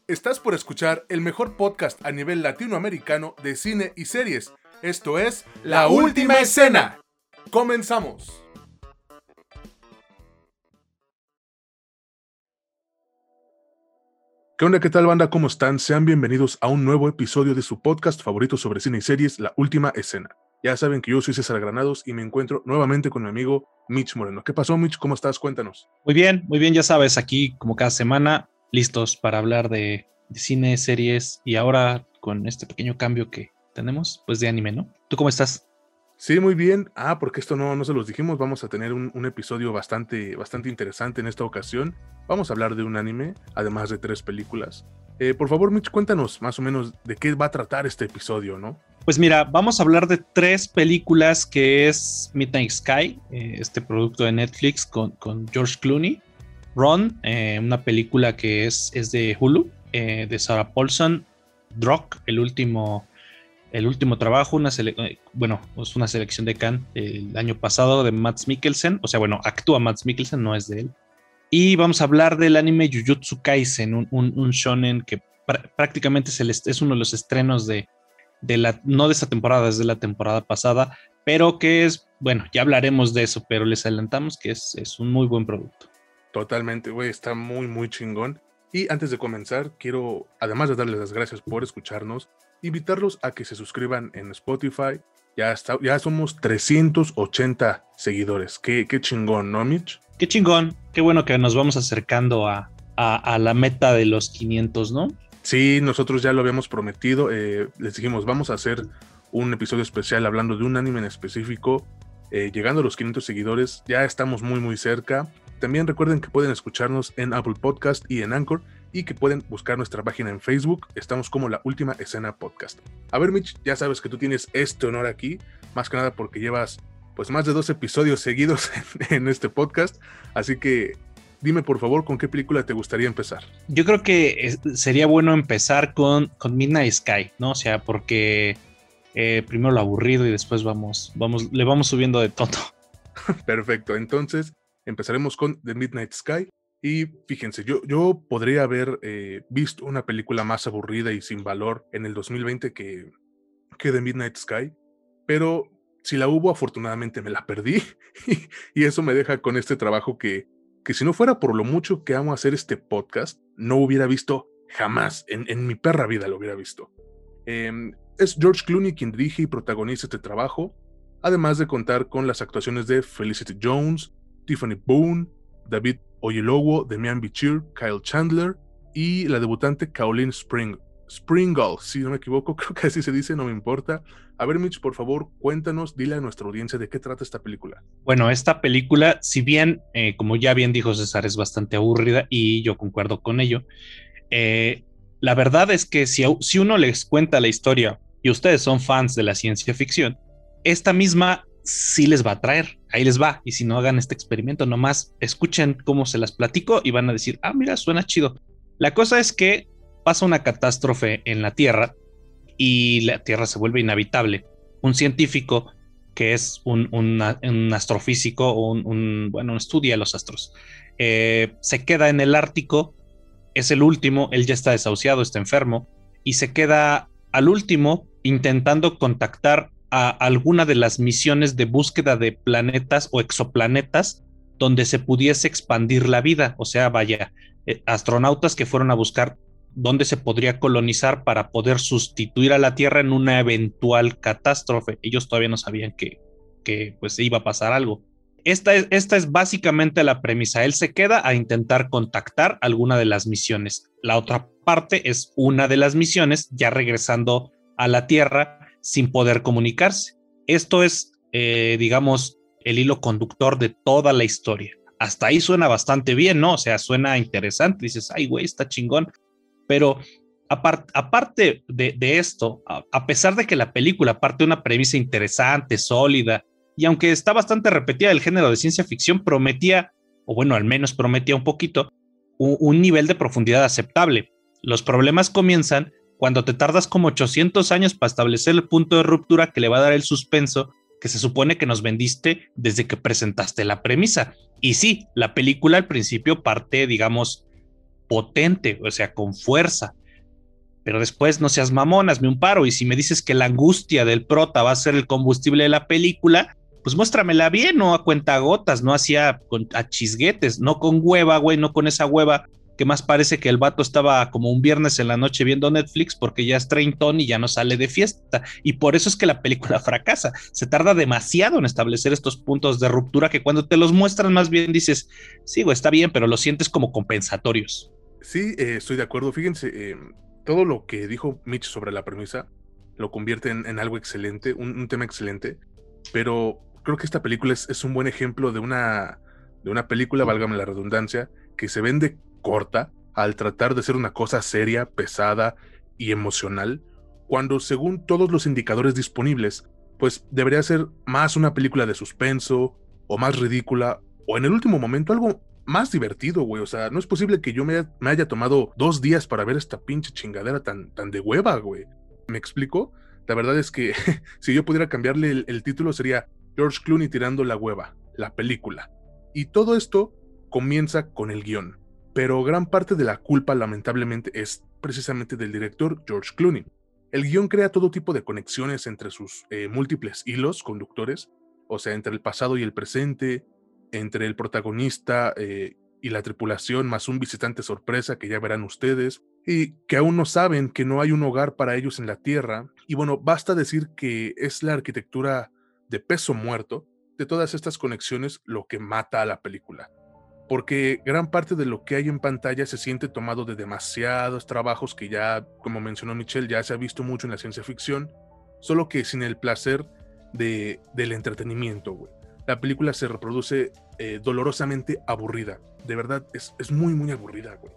Estás por escuchar el mejor podcast a nivel latinoamericano de cine y series. Esto es La Última Escena. ¡Comenzamos! ¿Qué onda? ¿Qué tal, banda? ¿Cómo están? Sean bienvenidos a un nuevo episodio de su podcast favorito sobre cine y series, La Última Escena. Ya saben que yo soy César Granados y me encuentro nuevamente con mi amigo Mitch Moreno. ¿Qué pasó, Mitch? ¿Cómo estás? Cuéntanos. Muy bien, ya sabes, aquí como cada semana, listos para hablar de cine, series y ahora con este pequeño cambio que tenemos, pues de anime, ¿no? ¿Tú cómo estás? Sí, muy bien. Porque esto no se los dijimos, vamos a tener un episodio bastante interesante en esta ocasión. Vamos a hablar de un anime, además de 3 películas. Por favor, Mitch, cuéntanos más o menos de qué va a tratar este episodio, ¿no? Pues mira, vamos a hablar de 3 películas que es Midnight Sky, este producto de Netflix con George Clooney. Ron, una película que es de Hulu, de Sarah Paulson. Druk, el último trabajo, es una selección de Cannes el año pasado de Mads Mikkelsen, actúa Mads Mikkelsen, no es de él. Y vamos a hablar del anime Jujutsu Kaisen, un shonen que prácticamente es uno de los estrenos no de esta temporada, es de la temporada pasada, pero que es, bueno, ya hablaremos de eso, pero les adelantamos que es un muy buen producto. Totalmente, güey, está muy chingón. Y antes de comenzar, quiero, además de darles las gracias por escucharnos, invitarlos a que se suscriban en Spotify. Ya somos 380 seguidores. Qué chingón, ¿no, Mitch? Qué chingón, qué bueno que nos vamos acercando a la meta de los 500, ¿no? Sí, nosotros ya lo habíamos prometido. Les dijimos, vamos a hacer un episodio especial hablando de un anime en específico. Llegando a los 500 seguidores, ya estamos muy cerca. También recuerden que pueden escucharnos en Apple Podcast y en Anchor, y que pueden buscar nuestra página en Facebook. Estamos como La Última Escena Podcast. A ver, Mitch, ya sabes que tú tienes este honor aquí, más que nada porque llevas pues más de 2 episodios seguidos en este podcast. Así que dime por favor, ¿con qué película te gustaría empezar? Yo creo que sería bueno empezar con Midnight Sky, ¿no? O sea, porque primero lo aburrido y después le vamos subiendo de tono. Perfecto, entonces empezaremos con The Midnight Sky. Y fíjense, yo podría haber visto una película más aburrida y sin valor en el 2020 que The Midnight Sky, pero si la hubo, afortunadamente me la perdí. Y eso me deja con este trabajo que si no fuera por lo mucho que amo hacer este podcast, no hubiera visto jamás, en mi perra vida lo hubiera visto. Es George Clooney quien dirige y protagoniza este trabajo, además de contar con las actuaciones de Felicity Jones, Tiffany Boone, David Oyelowo, Demian Bichir, Kyle Chandler y la debutante Caroline Springle, si no me equivoco, creo que así se dice, no me importa. A ver, Mitch, por favor, cuéntanos, dile a nuestra audiencia de qué trata esta película. Bueno, esta película, si bien, como ya bien dijo César, es bastante aburrida y yo concuerdo con ello, la verdad es que si uno les cuenta la historia y ustedes son fans de la ciencia ficción, esta misma sí les va a traer, ahí les va. Y si no, hagan este experimento, nomás escuchen cómo se las platico y van a decir, mira, suena chido. La cosa es que pasa una catástrofe en la Tierra y la Tierra se vuelve inhabitable. Un científico que es un astrofísico, estudia los astros, se queda en el Ártico, es el último, él ya está desahuciado, está enfermo, y se queda al último intentando contactar a alguna de las misiones de búsqueda de planetas o exoplanetas donde se pudiese expandir la vida. O sea, astronautas que fueron a buscar dónde se podría colonizar para poder sustituir a la Tierra en una eventual catástrofe. Ellos todavía no sabían que pues iba a pasar algo. Esta es básicamente la premisa. Él se queda a intentar contactar alguna de las misiones. La otra parte es una de las misiones ya regresando a la Tierra sin poder comunicarse. Esto es, digamos, el hilo conductor de toda la historia. Hasta ahí suena bastante bien, ¿no? O sea, suena interesante. Dices, ay, güey, está chingón. Pero aparte de esto, a pesar de que la película parte de una premisa interesante, sólida, y aunque está bastante repetida el género de ciencia ficción, prometía, o bueno, al menos prometía un poquito, un nivel de profundidad aceptable. Los problemas comienzan cuando te tardas como 800 años para establecer el punto de ruptura que le va a dar el suspenso que se supone que nos vendiste desde que presentaste la premisa. Y sí, la película al principio parte, digamos, potente, o sea, con fuerza. Pero después no seas mamón, hazme un paro. Y si me dices que la angustia del prota va a ser el combustible de la película, pues muéstramela bien, no a cuentagotas, no hacía a chisguetes, no con hueva, güey, no con esa hueva que más parece que el vato estaba como un viernes en la noche viendo Netflix porque ya es treintón y ya no sale de fiesta. Y por eso es que la película fracasa. Se tarda demasiado en establecer estos puntos de ruptura que cuando te los muestran más bien dices, sí, güey, está bien, pero lo sientes como compensatorios. Sí, estoy de acuerdo. Fíjense, todo lo que dijo Mitch sobre la premisa lo convierte en algo excelente, un tema excelente, pero creo que esta película es un buen ejemplo de una película, válgame la redundancia, que se vende corta al tratar de ser una cosa seria, pesada y emocional, cuando según todos los indicadores disponibles, pues debería ser más una película de suspenso, o más ridícula, o en el último momento algo más divertido, güey. O sea, no es posible que yo me haya tomado 2 días para ver esta pinche chingadera tan de hueva, güey. ¿Me explico? La verdad es que si yo pudiera cambiarle el título sería George Clooney tirando la hueva, la película. Y todo esto comienza con el guión. Pero gran parte de la culpa, lamentablemente, es precisamente del director George Clooney. El guión crea todo tipo de conexiones entre sus múltiples hilos conductores, o sea, entre el pasado y el presente, entre el protagonista y la tripulación, más un visitante sorpresa que ya verán ustedes, y que aún no saben que no hay un hogar para ellos en la Tierra. Y bueno, basta decir que es la arquitectura de peso muerto de todas estas conexiones lo que mata a la película. Porque gran parte de lo que hay en pantalla se siente tomado de demasiados trabajos que ya, como mencionó Michelle, ya se ha visto mucho en la ciencia ficción, solo que sin el placer del entretenimiento, güey. La película se reproduce dolorosamente aburrida. De verdad, es muy, muy aburrida, güey.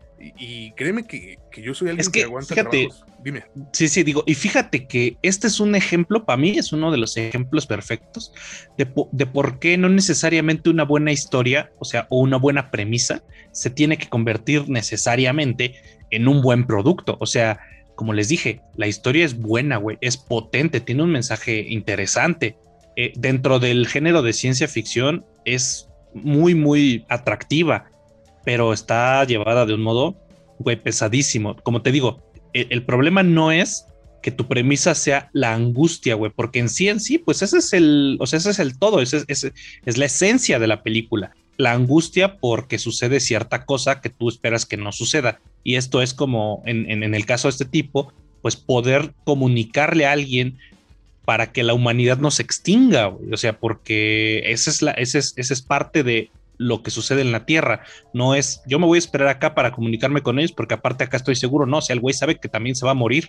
Y créeme que yo soy alguien Es que que, aguanta fíjate, trabajos. Dime. sí, digo, y fíjate que este es un ejemplo, para mí es uno de los ejemplos perfectos de por qué no necesariamente una buena historia, o sea, o una buena premisa, se tiene que convertir necesariamente en un buen producto. O sea, como les dije, la historia es buena, güey, es potente, tiene un mensaje interesante. Dentro del género de ciencia ficción es muy, muy atractiva, pero está llevada de un modo, güey, pesadísimo. Como te digo, el problema no es que tu premisa sea la angustia, güey, porque en sí, pues ese es el, o sea, ese es el todo, es la esencia de la película. La angustia porque sucede cierta cosa que tú esperas que no suceda. Y esto es como en el caso de este tipo, pues poder comunicarle a alguien para que la humanidad no se extinga, güey. O sea, porque esa es parte de lo que sucede en la Tierra. No es, yo me voy a esperar acá para comunicarme con ellos, porque aparte acá estoy seguro, no, o sea, el güey sabe que también se va a morir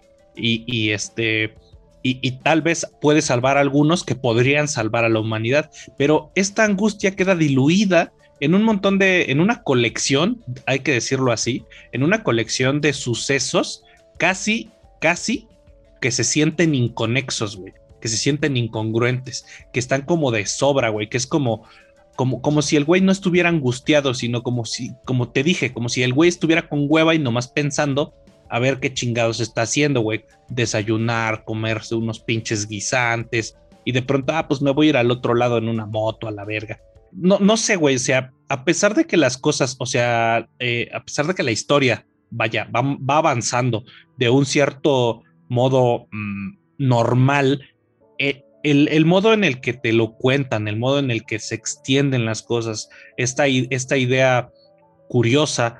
y tal vez puede salvar a algunos que podrían salvar a la humanidad, pero esta angustia queda diluida en un montón en una colección, hay que decirlo así, en una colección de sucesos casi que se sienten inconexos, güey, que se sienten incongruentes, que están como de sobra, güey, que es como si el güey no estuviera angustiado, sino como te dije, como si el güey estuviera con hueva y nomás pensando a ver qué chingados está haciendo, güey. Desayunar, comerse unos pinches guisantes y de pronto, pues me voy a ir al otro lado en una moto a la verga. No sé, güey, o sea, a pesar de que las cosas, o sea, a pesar de que la historia, vaya, va avanzando de un cierto modo normal, el modo en el que te lo cuentan, el modo en el que se extienden las cosas, esta idea curiosa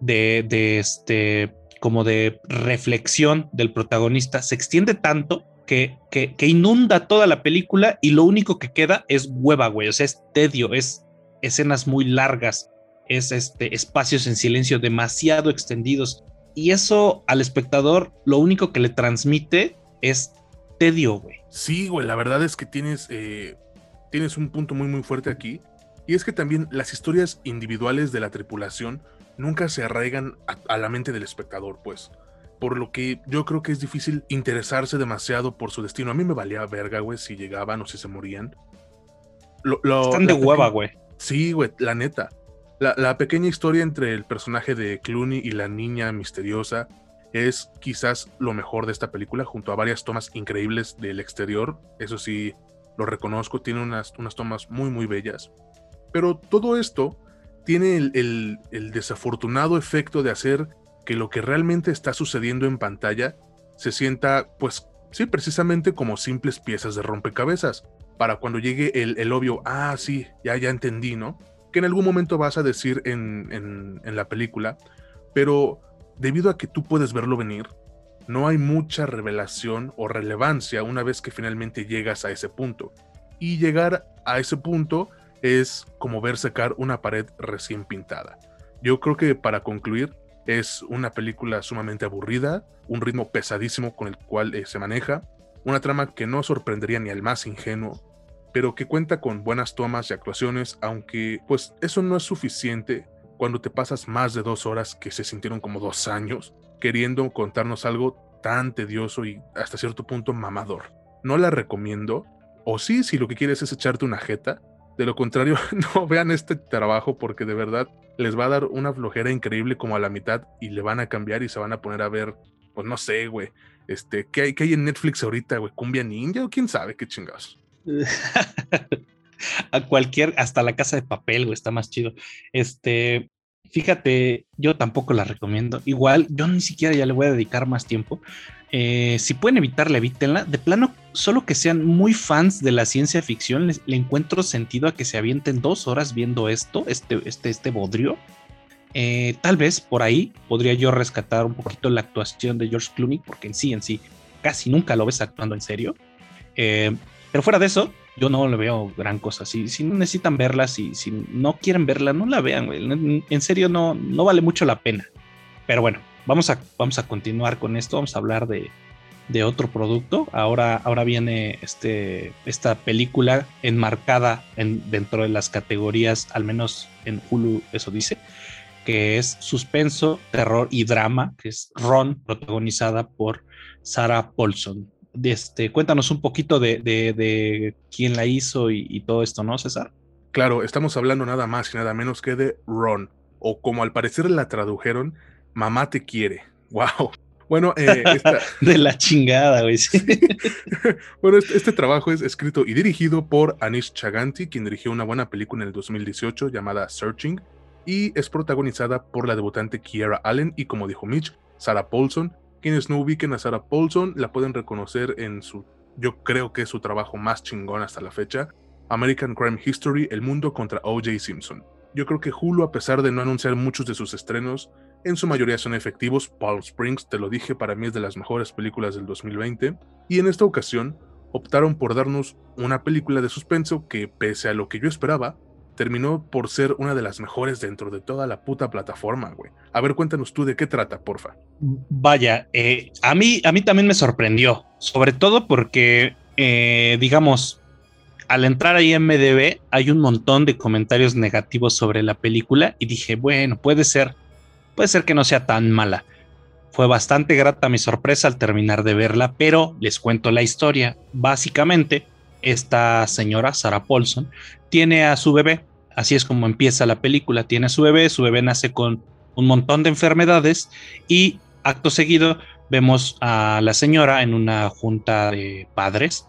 de como de reflexión del protagonista, se extiende tanto que inunda toda la película y lo único que queda es hueva, güey. O sea, es tedio, es escenas muy largas, es espacios en silencio demasiado extendidos. Y eso al espectador lo único que le transmite es tedio, güey. Sí, güey, la verdad es que tienes un punto muy, muy fuerte aquí. Y es que también las historias individuales de la tripulación nunca se arraigan a la mente del espectador, pues. Por lo que yo creo que es difícil interesarse demasiado por su destino. A mí me valía verga, güey, si llegaban o si se morían. Están de hueva, güey. Sí, güey, la neta. La pequeña historia entre el personaje de Clooney y la niña misteriosa es quizás lo mejor de esta película, junto a varias tomas increíbles del exterior. Eso sí, lo reconozco, tiene unas tomas muy, muy bellas. Pero todo esto tiene el desafortunado efecto de hacer que lo que realmente está sucediendo en pantalla se sienta, pues sí, precisamente como simples piezas de rompecabezas, para cuando llegue el obvio, sí, ya entendí, ¿no? Que en algún momento vas a decir en la película, pero debido a que tú puedes verlo venir, no hay mucha revelación o relevancia una vez que finalmente llegas a ese punto. Y llegar a ese punto es como ver secar una pared recién pintada. Yo creo que para concluir, es una película sumamente aburrida, un ritmo pesadísimo con el cual se maneja, una trama que no sorprendería ni al más ingenuo, pero que cuenta con buenas tomas y actuaciones, aunque pues eso no es suficiente cuando te pasas más de 2 horas que se sintieron como 2 años queriendo contarnos algo tan tedioso y hasta cierto punto mamador. No la recomiendo, o sí, si lo que quieres es echarte una jeta. De lo contrario, no vean este trabajo porque de verdad les va a dar una flojera increíble como a la mitad y le van a cambiar y se van a poner a ver, pues no sé, güey, ¿qué hay en Netflix ahorita, güey? ¿Cumbia Ninja o quién sabe qué chingados? A cualquier, hasta La Casa de Papel, güey, está más chido. Fíjate, yo tampoco la recomiendo. Igual, yo ni siquiera ya le voy a dedicar más tiempo. Si pueden evitarla, evítenla. De plano, solo que sean muy fans de la ciencia ficción, le encuentro sentido a que se avienten 2 horas viendo esto, este bodrio. Tal vez por ahí podría yo rescatar un poquito la actuación de George Clooney, porque en sí, casi nunca lo ves actuando en serio. Pero fuera de eso, yo no le veo gran cosa. Si no necesitan verla, si no quieren verla, no la vean, güey. En serio, no vale mucho la pena. Pero bueno, vamos a continuar con esto. Vamos a hablar de otro producto. Ahora viene esta película enmarcada dentro de las categorías, al menos en Hulu, eso dice, que es suspenso, terror y drama, que es Ron, protagonizada por Sarah Paulson. Cuéntanos un poquito de quién la hizo y todo esto, ¿no, César? Claro, estamos hablando nada más y nada menos que de Ron, o como al parecer la tradujeron, Mamá te quiere. ¡Wow! Bueno, de la chingada, güey. Sí. Sí. Bueno, este trabajo es escrito y dirigido por Anish Chaganty, quien dirigió una buena película en el 2018 llamada Searching, y es protagonizada por la debutante Kiera Allen y, como dijo Mitch, Sarah Paulson. Quienes no ubiquen a Sarah Paulson la pueden reconocer en yo creo que es su trabajo más chingón hasta la fecha, American Crime History, El Mundo contra O.J. Simpson. Yo creo que Hulu, a pesar de no anunciar muchos de sus estrenos, en su mayoría son efectivos. Palm Springs, te lo dije, para mí es de las mejores películas del 2020, y en esta ocasión optaron por darnos una película de suspenso que, pese a lo que yo esperaba, terminó por ser una de las mejores dentro de toda la puta plataforma, güey. A ver, cuéntanos tú de qué trata, porfa. Vaya, a mí también me sorprendió, sobre todo porque, digamos, al entrar ahí en MDB hay un montón de comentarios negativos sobre la película y dije, bueno, puede ser que no sea tan mala. Fue bastante grata mi sorpresa al terminar de verla, pero les cuento la historia. Básicamente, esta señora, Sarah Paulson, tiene a su bebé. Así es como empieza la película. Tiene a su bebé nace con un montón de enfermedades y acto seguido vemos a la señora en una junta de padres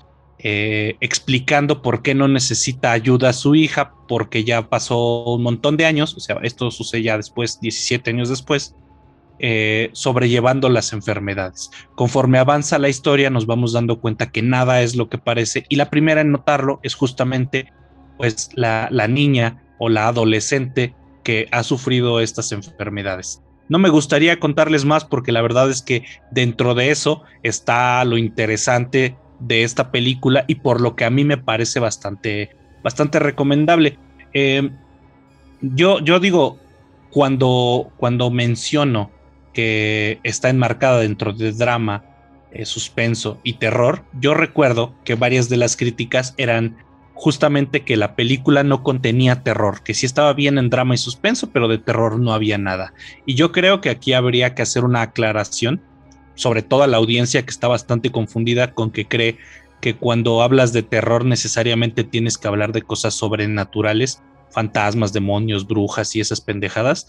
explicando por qué no necesita ayuda a su hija, porque ya pasó un montón de años, o sea, esto sucede ya después, 17 años después, sobrellevando las enfermedades. Conforme avanza la historia nos vamos dando cuenta que nada es lo que parece y la primera en notarlo es justamente pues la niña o la adolescente que ha sufrido estas enfermedades. No me gustaría contarles más porque la verdad es que dentro de eso está lo interesante de esta película y por lo que a mí me parece bastante recomendable. Yo digo, cuando menciono que está enmarcada dentro de drama, suspenso y terror, yo recuerdo que varias de las críticas eran justamente que la película no contenía terror, que sí estaba bien en drama y suspenso, pero de terror no había nada. Y yo creo que aquí habría que hacer una aclaración, sobre todo a la audiencia que está bastante confundida con que cree que cuando hablas de terror necesariamente tienes que hablar de cosas sobrenaturales, fantasmas, demonios, brujas y esas pendejadas.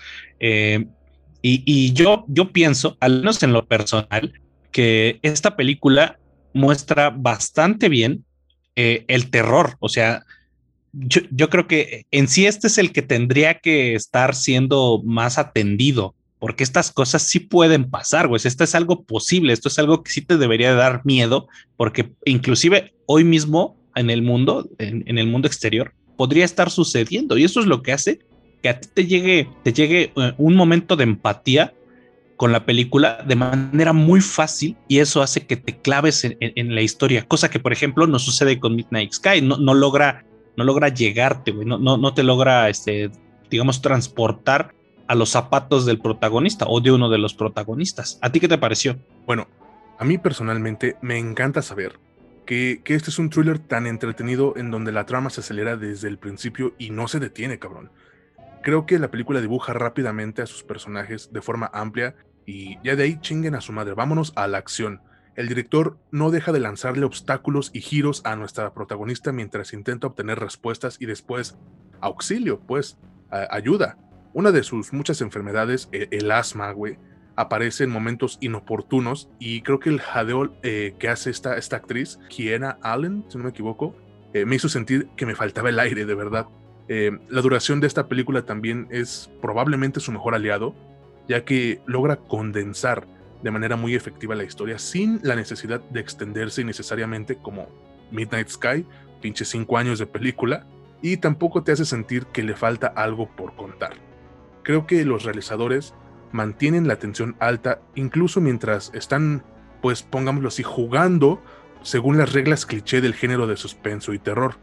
Yo pienso, al menos en lo personal, que esta película muestra bastante bien el terror. O sea, yo creo que en sí este es el que tendría que estar siendo más atendido, porque estas cosas sí pueden pasar, güey. Esto es algo posible, esto es algo que sí te debería dar miedo, porque inclusive hoy mismo en el mundo, en el mundo exterior, podría estar sucediendo. Y eso es lo que hace que a ti te llegue un momento de empatía con la película de manera muy fácil y eso hace que te claves en la historia, cosa que por ejemplo no sucede con Midnight Sky, no logra llegarte, güey, no te logra, digamos, transportar a los zapatos del protagonista o de uno de los protagonistas. ¿A ti qué te pareció? Bueno, a mí personalmente me encanta saber que este es un thriller tan entretenido en donde la trama se acelera desde el principio y no se detiene, cabrón. Creo que la película dibuja rápidamente a sus personajes de forma amplia y ya de ahí chinguen a su madre, vámonos a la acción. El director no deja de lanzarle obstáculos y giros a nuestra protagonista mientras intenta obtener respuestas y después auxilio, pues, ayuda. Una de sus muchas enfermedades, el asma, güey, aparece en momentos inoportunos y creo que el jadeo que hace esta actriz, Kiera Allen, si no me equivoco, me hizo sentir que me faltaba el aire, de verdad. La duración de esta película también es probablemente su mejor aliado, ya que logra condensar de manera muy efectiva la historia sin la necesidad de extenderse innecesariamente como Midnight Sky, pinche 5 años de película, y tampoco te hace sentir que le falta algo por contar. Creo que los realizadores mantienen la tensión alta incluso mientras están, pues pongámoslo así, jugando según las reglas cliché del género de suspenso y terror.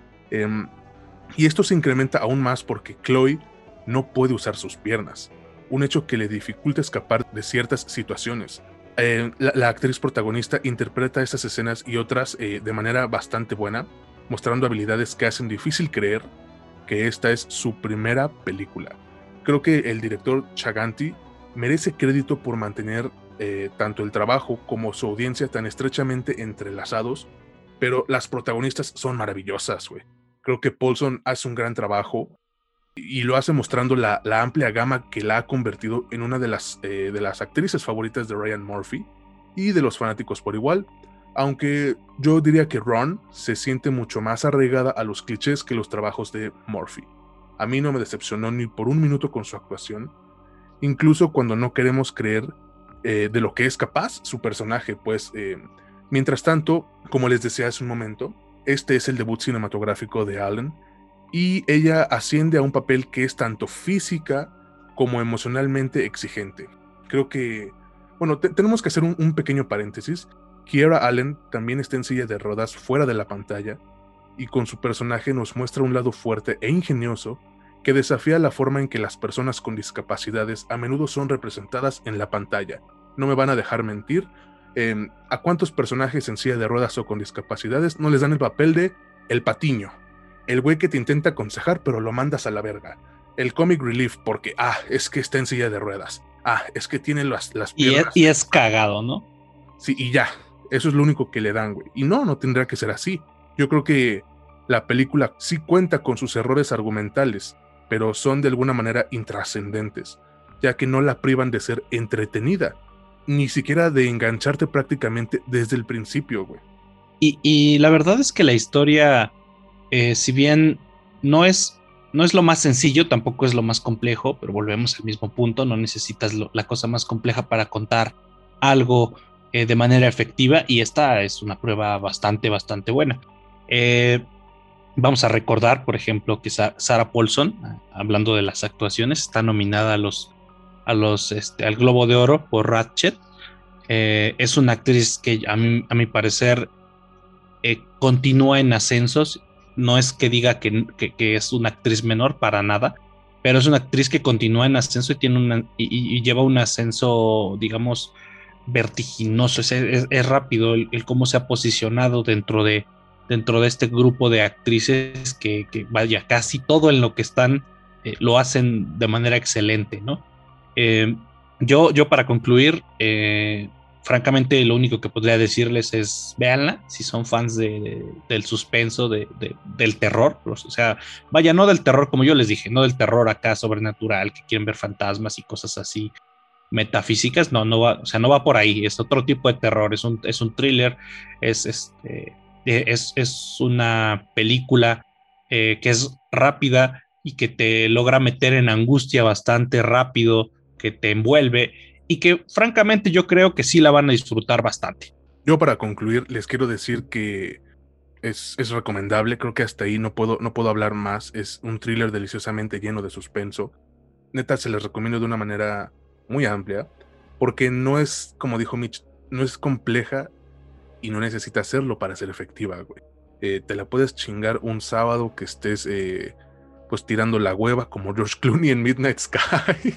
Y esto se incrementa aún más porque Chloe no puede usar sus piernas, un hecho que le dificulta escapar de ciertas situaciones. La actriz protagonista interpreta estas escenas y otras de manera bastante buena, mostrando habilidades que hacen difícil creer que esta es su primera película. Creo que el director Chaganty merece crédito por mantener tanto el trabajo como su audiencia tan estrechamente entrelazados, pero las protagonistas son maravillosas, güey. Creo que Paulson hace un gran trabajo y lo hace mostrando la amplia gama que la ha convertido en una de las actrices favoritas de Ryan Murphy y de los fanáticos por igual, aunque yo diría que Ron se siente mucho más arraigada a los clichés que los trabajos de Murphy. A mí no me decepcionó ni por un minuto con su actuación, incluso cuando no queremos creer de lo que es capaz su personaje, pues mientras tanto, como les decía hace un momento, este es el debut cinematográfico de Allen y ella asciende a un papel que es tanto física como emocionalmente exigente. Creo que, bueno, tenemos que hacer un pequeño paréntesis. Kiera Allen también está en silla de ruedas fuera de la pantalla y con su personaje nos muestra un lado fuerte e ingenioso que desafía la forma en que las personas con discapacidades a menudo son representadas en la pantalla. No me van a dejar mentir. ¿A cuántos personajes en silla de ruedas o con discapacidades no les dan el papel de el patiño? El güey que te intenta aconsejar pero lo mandas a la verga. El comic relief porque, es que está en silla de ruedas. Es que tiene las piernas. Y es cagado, ¿no? Sí, y ya. Eso es lo único que le dan, güey. Y no tendrá que ser así. Yo creo que la película sí cuenta con sus errores argumentales, pero son de alguna manera intrascendentes, ya que no la privan de ser entretenida, ni siquiera de engancharte prácticamente desde el principio, güey. Y la verdad es que la historia, si bien no es, no es lo más sencillo, tampoco es lo más complejo, pero volvemos al mismo punto, no necesitas la cosa más compleja para contar algo de manera efectiva y esta es una prueba bastante buena. Vamos a recordar, por ejemplo, que Sarah Paulson, hablando de las actuaciones, está nominada al Globo de Oro por Ratchet. Es una actriz que a mi parecer continúa en ascensos. No es que diga que es una actriz menor para nada, pero es una actriz que continúa en ascenso y y lleva un ascenso, digamos, vertiginoso. Es rápido el cómo se ha posicionado dentro de este grupo de actrices que vaya, casi todo en lo que están lo hacen de manera excelente, ¿no? Eh, yo para concluir, francamente, lo único que podría decirles es véanla si son fans del suspenso, del terror. O sea, vaya, no del terror como yo les dije, no del terror acá sobrenatural, que quieren ver fantasmas y cosas así metafísicas. No va, o sea, no va por ahí. Es otro tipo de terror, es un thriller, es una película que es rápida y que te logra meter en angustia bastante rápido, que te envuelve y que francamente yo creo que sí la van a disfrutar bastante. Yo para concluir les quiero decir que es recomendable, creo que hasta ahí no puedo hablar más, es un thriller deliciosamente lleno de suspenso. Neta, se les recomiendo de una manera muy amplia, porque no es, como dijo Mitch, no es compleja y no necesita hacerlo para ser efectiva, güey. Te la puedes chingar un sábado que estés pues tirando la hueva como George Clooney en Midnight Sky.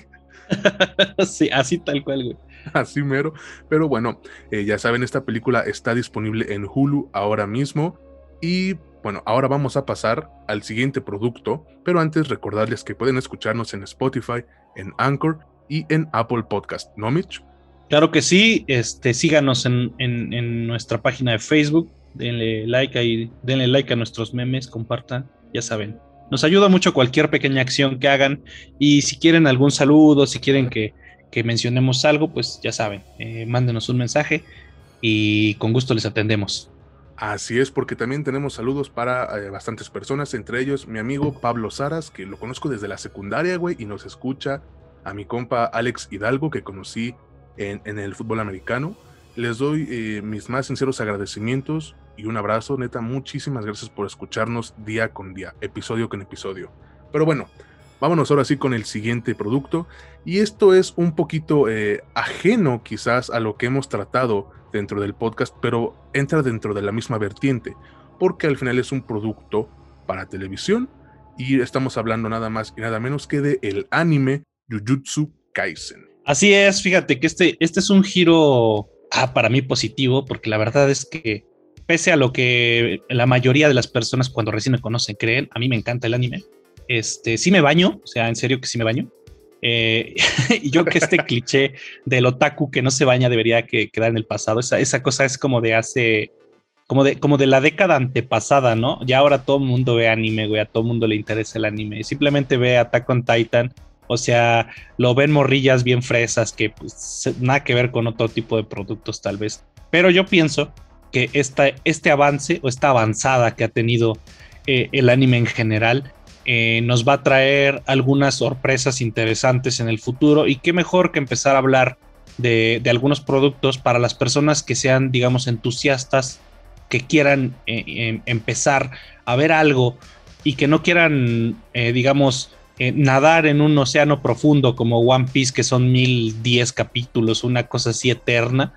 Sí, así tal cual, güey. Así mero. Pero bueno, ya saben, esta película está disponible en Hulu ahora mismo. Y bueno, ahora vamos a pasar al siguiente producto. Pero antes recordarles que pueden escucharnos en Spotify, en Anchor y en Apple Podcast. ¿No, Mitch? Claro que sí, síganos en nuestra página de Facebook, denle like a nuestros memes, compartan, ya saben. Nos ayuda mucho cualquier pequeña acción que hagan y si quieren algún saludo, si quieren que mencionemos algo, pues ya saben, mándenos un mensaje y con gusto les atendemos. Así es, porque también tenemos saludos para bastantes personas, entre ellos mi amigo Pablo Saras, que lo conozco desde la secundaria, güey, y nos escucha, a mi compa Alex Hidalgo, que conocí en el fútbol americano. Les doy mis más sinceros agradecimientos y un abrazo, neta, muchísimas gracias por escucharnos día con día, episodio con episodio. Pero bueno, vámonos ahora sí con el siguiente producto, y esto es un poquito ajeno quizás a lo que hemos tratado dentro del podcast, pero entra dentro de la misma vertiente, porque al final es un producto para televisión, y estamos hablando nada más y nada menos que de el anime Jujutsu Kaisen. Así es, fíjate que este es un giro para mí positivo, porque la verdad es que pese a lo que la mayoría de las personas cuando recién me conocen creen, a mí me encanta el anime. Sí me baño, o sea, en serio que sí me baño. Y yo que este cliché del otaku que no se baña debería quedar en el pasado. Esa cosa es como de hace, como de la década antepasada, ¿no? Ya ahora todo el mundo ve anime, güey, a todo el mundo le interesa el anime. Simplemente ve Attack on Titan. O sea, lo ven morrillas bien fresas que pues, nada que ver con otro tipo de productos tal vez. Pero yo pienso que este avance o esta avanzada que ha tenido el anime en general nos va a traer algunas sorpresas interesantes en el futuro, y qué mejor que empezar a hablar de algunos productos para las personas que sean, digamos, entusiastas, que quieran empezar a ver algo y que no quieran, digamos, nadar en un océano profundo como One Piece, que son 1010 capítulos, una cosa así eterna.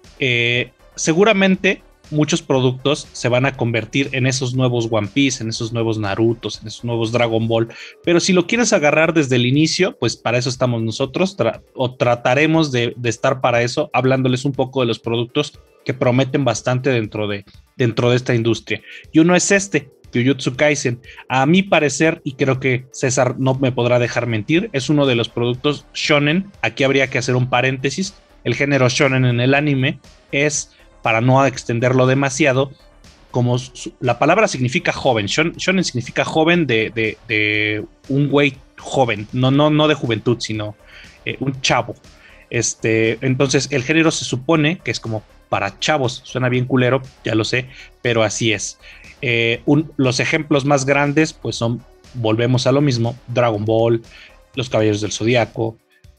Seguramente muchos productos se van a convertir en esos nuevos One Piece, en esos nuevos Narutos, en esos nuevos Dragon Ball. Pero si lo quieres agarrar desde el inicio, pues para eso estamos nosotros, trataremos de estar para eso, hablándoles un poco de los productos que prometen bastante dentro de esta industria. Y uno es Jujutsu Kaisen. A mi parecer, y creo que César no me podrá dejar mentir, es uno de los productos shonen. Aquí habría que hacer un paréntesis. El género shonen en el anime es, para no extenderlo demasiado, como la palabra significa joven. Shonen significa joven de un güey joven, no de juventud, sino un chavo. Entonces el género se supone que es como para chavos. Suena bien culero, ya lo sé, pero así es. Los ejemplos más grandes pues son, volvemos a lo mismo, Dragon Ball, Los Caballeros del Zodiaco,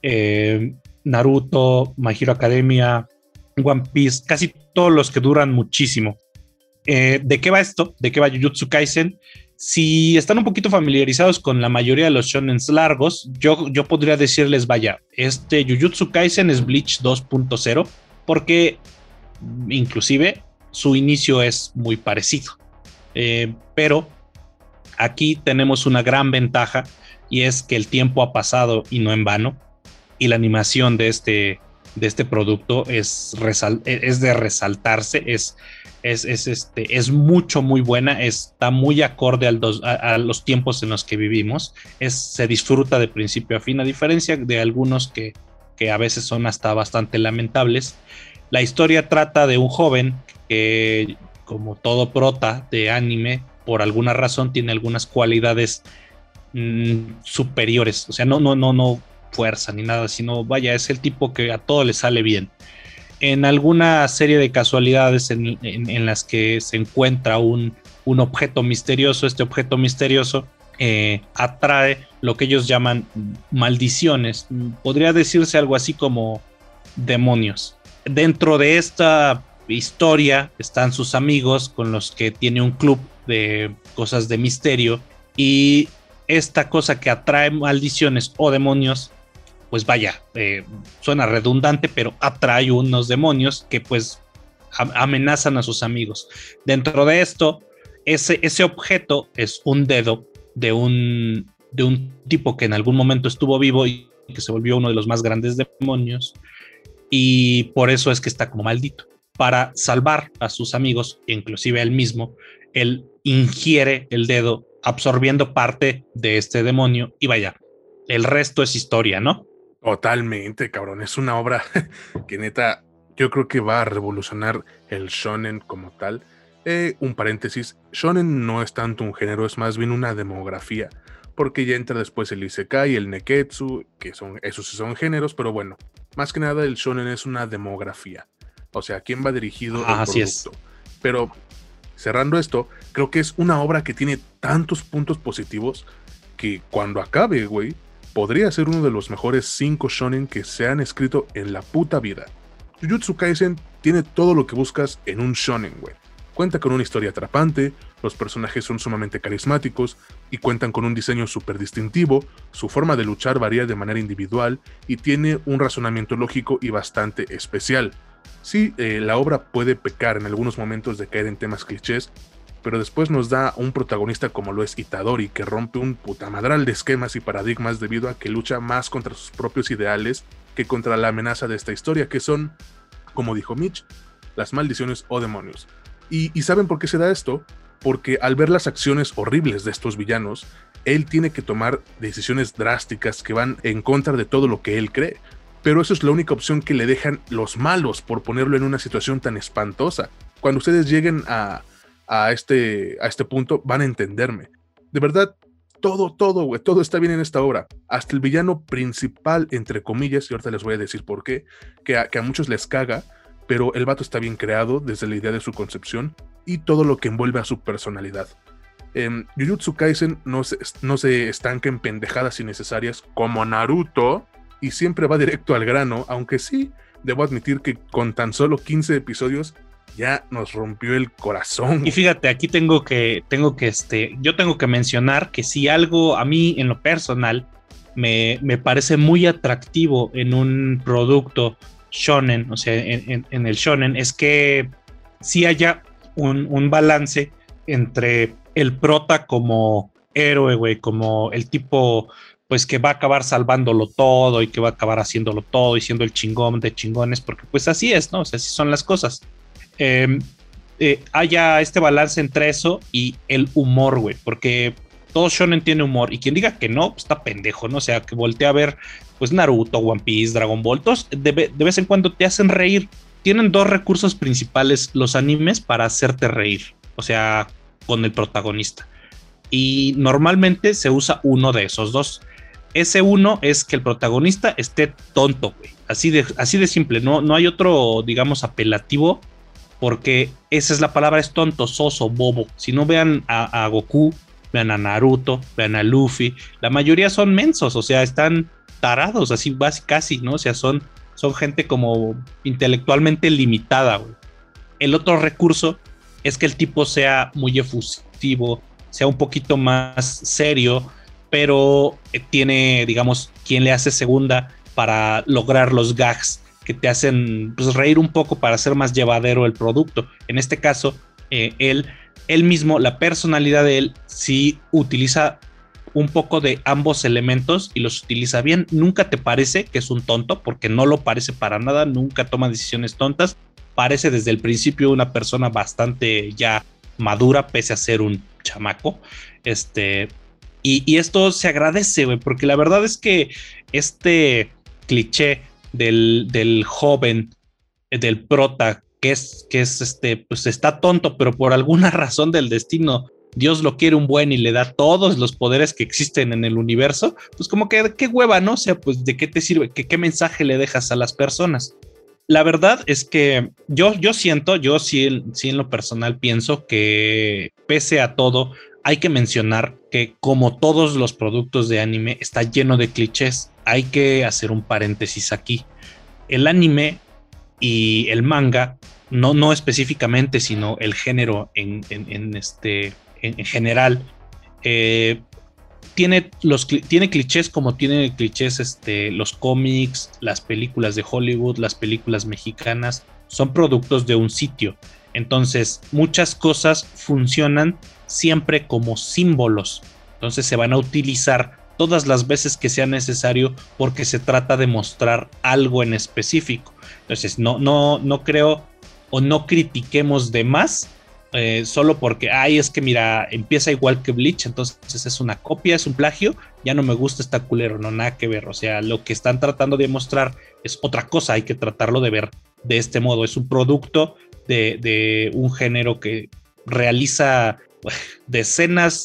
Naruto, My Hero Academia, One Piece, casi todos los que duran muchísimo. ¿De qué va esto? ¿De qué va Jujutsu Kaisen? Si están un poquito familiarizados con la mayoría de los shonens largos, yo podría decirles, vaya, Jujutsu Kaisen es Bleach 2.0, porque inclusive su inicio es muy parecido. Pero aquí tenemos una gran ventaja, y es que el tiempo ha pasado y no en vano, y la animación de este producto es de resaltarse, es mucho, muy buena, está muy acorde a los tiempos en los que vivimos, se disfruta de principio a fin, a diferencia de algunos que a veces son hasta bastante lamentables. La historia trata de un joven que, como todo prota de anime, por alguna razón tiene algunas cualidades superiores, o sea, no fuerza ni nada, sino vaya, es el tipo que a todo le sale bien. En alguna serie de casualidades en las que se encuentra un objeto misterioso, este objeto misterioso atrae lo que ellos llaman maldiciones. Podría decirse algo así como demonios. Dentro de esta historia están sus amigos con los que tiene un club de cosas de misterio, y esta cosa que atrae maldiciones o demonios, pues vaya, suena redundante, pero atrae unos demonios que pues amenazan a sus amigos. Dentro de esto, ese objeto es un dedo de un tipo que en algún momento estuvo vivo y que se volvió uno de los más grandes demonios, y por eso es que está como maldito. Para salvar a sus amigos, inclusive a él mismo, él ingiere el dedo absorbiendo parte de este demonio, y vaya, el resto es historia, ¿no? Totalmente, cabrón. Es una obra que neta, yo creo que va a revolucionar el shonen como tal. Un paréntesis, shonen no es tanto un género, es más bien una demografía, porque ya entra después el isekai, el neketsu, que son, esos sí son géneros, pero bueno, más que nada el shonen es una demografía. O sea, ¿a quién va dirigido el producto? Así es. Pero cerrando esto, creo que es una obra que tiene tantos puntos positivos que cuando acabe, güey, podría ser uno de los mejores 5 shonen que se han escrito en la puta vida. Jujutsu Kaisen tiene todo lo que buscas en un shonen, güey. Cuenta con una historia atrapante, los personajes son sumamente carismáticos y cuentan con un diseño súper distintivo, su forma de luchar varía de manera individual y tiene un razonamiento lógico y bastante especial. Sí, la obra puede pecar en algunos momentos de caer en temas clichés, pero después nos da un protagonista como lo es Itadori, que rompe un putamadral de esquemas y paradigmas debido a que lucha más contra sus propios ideales que contra la amenaza de esta historia, que son, como dijo Mitch, las maldiciones o demonios. ¿Y saben por qué se da esto? Porque al ver las acciones horribles de estos villanos, él tiene que tomar decisiones drásticas que van en contra de todo lo que él cree. Pero eso es la única opción que le dejan los malos por ponerlo en una situación tan espantosa. Cuando ustedes lleguen a este punto van a entenderme. De verdad, todo está bien en esta obra. Hasta el villano principal, entre comillas, y ahorita les voy a decir por qué, que a muchos les caga, pero el vato está bien creado desde la idea de su concepción y todo lo que envuelve a su personalidad. Jujutsu Kaisen no se estanca en pendejadas innecesarias como Naruto y siempre va directo al grano, aunque sí, debo admitir que con tan solo 15 episodios ya nos rompió el corazón. Y fíjate, aquí yo tengo que mencionar que si algo a mí en lo personal me parece muy atractivo en un producto shonen, o sea, en el shonen, es que sí haya un balance entre el prota como héroe, güey, como el tipo pues que va a acabar salvándolo todo y que va a acabar haciéndolo todo y siendo el chingón de chingones, porque pues así es, ¿no? O sea, así son las cosas. Haya este balance entre eso y el humor, güey, porque todo shonen tiene humor, y quien diga que no, pues está pendejo, ¿no? O sea, que voltea a ver, pues Naruto, One Piece, Dragon Ball, todos de vez en cuando te hacen reír. Tienen dos recursos principales los animes para hacerte reír, o sea, con el protagonista. Y normalmente se usa uno de esos dos. Ese uno es que el protagonista esté tonto, güey. Así de simple, no hay otro, digamos, apelativo, porque esa es la palabra, es tonto, soso, bobo. Si no, vean a Goku, vean a Naruto, vean a Luffy, la mayoría son mensos, o sea, están tarados, así casi, ¿no? O sea, son gente como intelectualmente limitada, güey. El otro recurso es que el tipo sea muy efusivo, sea un poquito más serio, pero tiene, digamos, quien le hace segunda para lograr los gags que te hacen pues, reír un poco para hacer más llevadero el producto. En este caso, él mismo, la personalidad de él, sí utiliza un poco de ambos elementos y los utiliza bien. Nunca te parece que es un tonto, porque no lo parece para nada, nunca toma decisiones tontas. Parece desde el principio una persona bastante ya madura, pese a ser un chamaco. Y esto se agradece, güey, porque la verdad es que este cliché del joven, del prota, que es pues está tonto, pero por alguna razón del destino Dios lo quiere un buen y le da todos los poderes que existen en el universo, pues como que qué hueva, ¿no? O sea, pues de qué te sirve, qué mensaje le dejas a las personas. La verdad es que yo sí en lo personal pienso que pese a todo hay que mencionar que como todos los productos de anime está lleno de clichés. Hay que hacer un paréntesis aquí. El anime y el manga, no específicamente, sino el género en general, tiene clichés como tiene clichés los cómics, las películas de Hollywood, las películas mexicanas, son productos de un sitio. Entonces, muchas cosas funcionan siempre como símbolos. Entonces, se van a utilizar todas las veces que sea necesario porque se trata de mostrar algo en específico. Entonces, no creo o no critiquemos de más solo porque, es que mira, empieza igual que Bleach, entonces es una copia, es un plagio, ya no me gusta, está culero, no, nada que ver. O sea, lo que están tratando de mostrar es otra cosa, hay que tratarlo de ver de este modo. Es un producto de un género que realiza decenas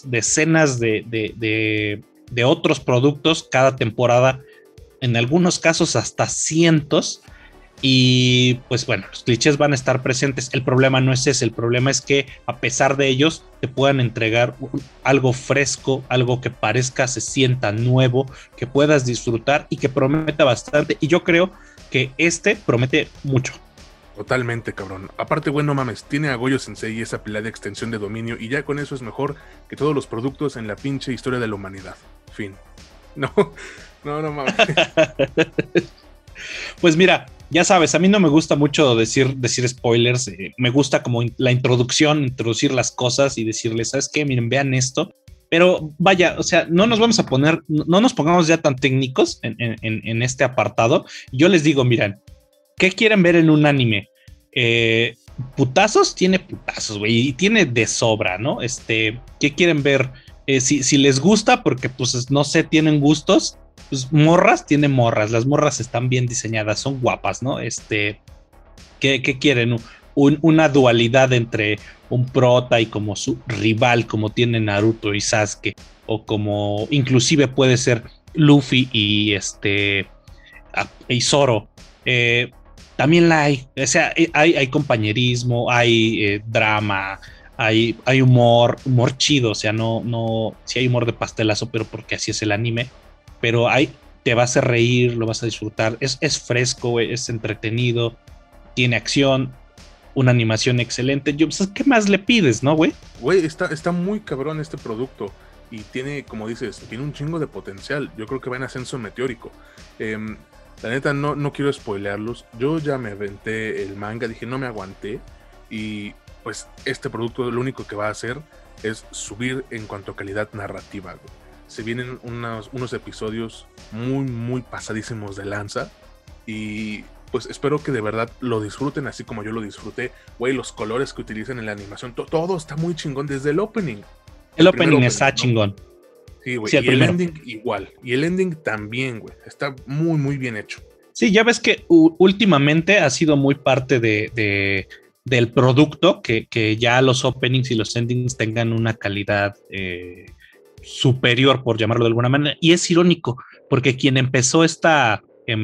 de otros productos cada temporada, en algunos casos hasta cientos. Y pues bueno, los clichés van a estar presentes. El problema no es ese, el problema es que a pesar de ellos te puedan entregar algo fresco, algo que parezca, se sienta nuevo, que puedas disfrutar y que prometa bastante. Y yo creo que promete mucho. Totalmente, cabrón. Aparte, güey, no mames, tiene a Goyo Sensei y esa pila de extensión de dominio, y ya con eso es mejor que todos los productos en la pinche historia de la humanidad. Fin. No mames. Pues mira, ya sabes, a mí no me gusta mucho decir spoilers. Me gusta como la introducción, introducir las cosas y decirles, ¿sabes qué? Miren, vean esto. Pero vaya, o sea, no nos pongamos ya tan técnicos en este apartado. Yo les digo, miren, ¿qué quieren ver en un anime? Putazos, tiene putazos, güey, y tiene de sobra, ¿no? ¿Qué quieren ver? Si les gusta, porque pues no sé, tienen gustos, pues morras, tiene morras, las morras están bien diseñadas, son guapas, ¿no? ¿Qué quieren? Una dualidad entre un prota y como su rival, como tiene Naruto y Sasuke, o como inclusive puede ser Luffy y Zoro. También la hay, o sea, hay compañerismo, hay drama, hay humor chido, o sea, sí hay humor de pastelazo, pero porque así es el anime, pero te vas a reír, lo vas a disfrutar, es fresco, es entretenido, tiene acción, una animación excelente. Pues, ¿qué más le pides, no, güey? Güey, está muy cabrón este producto y tiene, como dices, tiene un chingo de potencial. Yo creo que va en ascenso meteórico. La neta, no quiero spoilearlos. Yo ya me aventé el manga, dije, no me aguanté. Y pues este producto lo único que va a hacer es subir en cuanto a calidad narrativa, güey. Se vienen unos episodios muy pasadísimos de lanza. Y pues espero que de verdad lo disfruten así como yo lo disfruté. Güey, los colores que utilizan en la animación, todo está muy chingón desde el opening. El opening está chingón. Sí, güey, sí, y el ending igual. Y el ending también, güey. Está muy bien hecho. Sí, ya ves que últimamente ha sido muy parte del producto que ya los openings y los endings tengan una calidad superior, por llamarlo de alguna manera. Y es irónico, porque quien empezó esta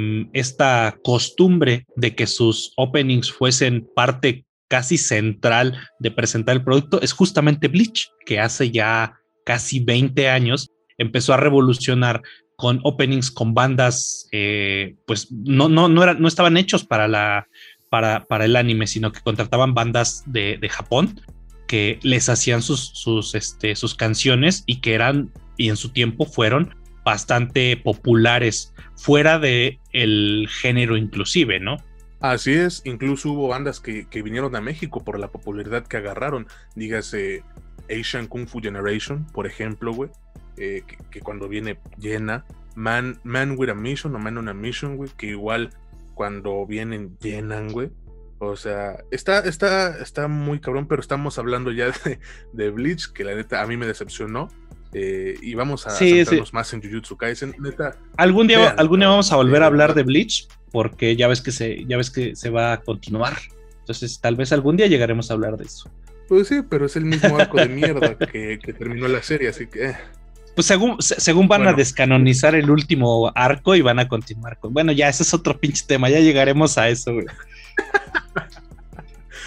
costumbre de que sus openings fuesen parte casi central de presentar el producto es justamente Bleach, que hace ya casi 20 años empezó a revolucionar con openings con bandas pues no estaban hechos para el anime, sino que contrataban bandas de Japón que les hacían sus canciones y que y en su tiempo fueron bastante populares fuera de el género inclusive, ¿no? Así es, incluso hubo bandas que vinieron a México por la popularidad que agarraron, dígase Asian Kung Fu Generation, por ejemplo, güey, que cuando viene llena, Man with a Mission o Man on a Mission, güey, que igual cuando vienen llenan, güey. O sea, está muy cabrón, pero estamos hablando ya de Bleach, que la neta a mí me decepcionó. Y vamos a centrarnos más en Jujutsu Kaisen, neta. Algún día vamos a volver a hablar de Bleach, porque ya ves que se va a continuar. Entonces, tal vez algún día llegaremos a hablar de eso. Pues sí, pero es el mismo arco de mierda que terminó la serie, así que... Pues según van a descanonizar el último arco y van a continuar con... Bueno, ya ese es otro pinche tema, ya llegaremos a eso, güey.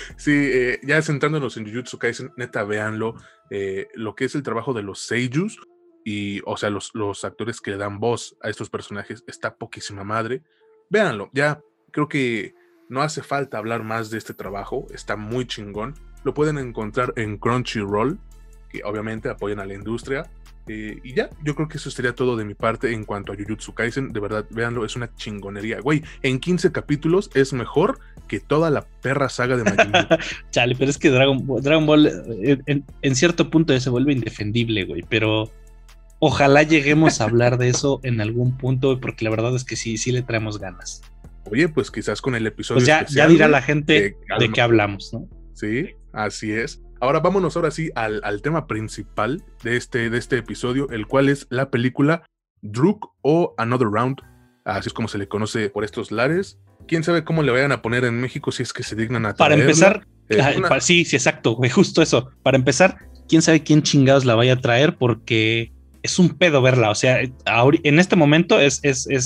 Sí, ya centrándonos en Jujutsu Kaisen, neta, véanlo. Lo que es el trabajo de los seiyus y, o sea, los actores que le dan voz a estos personajes está poquísima madre. Véanlo, ya creo que no hace falta hablar más de este trabajo, está muy chingón. Lo pueden encontrar en Crunchyroll, que obviamente apoyan a la industria. Y ya, yo creo que eso sería todo de mi parte en cuanto a Jujutsu Kaisen. De verdad, véanlo, es una chingonería. Güey, en 15 capítulos es mejor que toda la perra saga de Majin Buu. Chale, pero es que Dragon Ball en cierto punto ya se vuelve indefendible, güey, pero ojalá lleguemos a hablar de eso en algún punto, güey, porque la verdad es que sí le traemos ganas. Oye, pues quizás con el episodio Pues ya especial, dirá güey, la gente de qué hablamos, ¿no? Sí, así es. Ahora vámonos ahora sí al tema principal de este episodio, el cual es la película Druk o Another Round, así es como se le conoce por estos lares. Quién sabe cómo le vayan a poner en México si es que se dignan a Para traerla. empezar, sí, exacto, güey, justo eso. Para empezar, quién sabe quién chingados la vaya a traer, porque es un pedo verla. O sea, en este momento es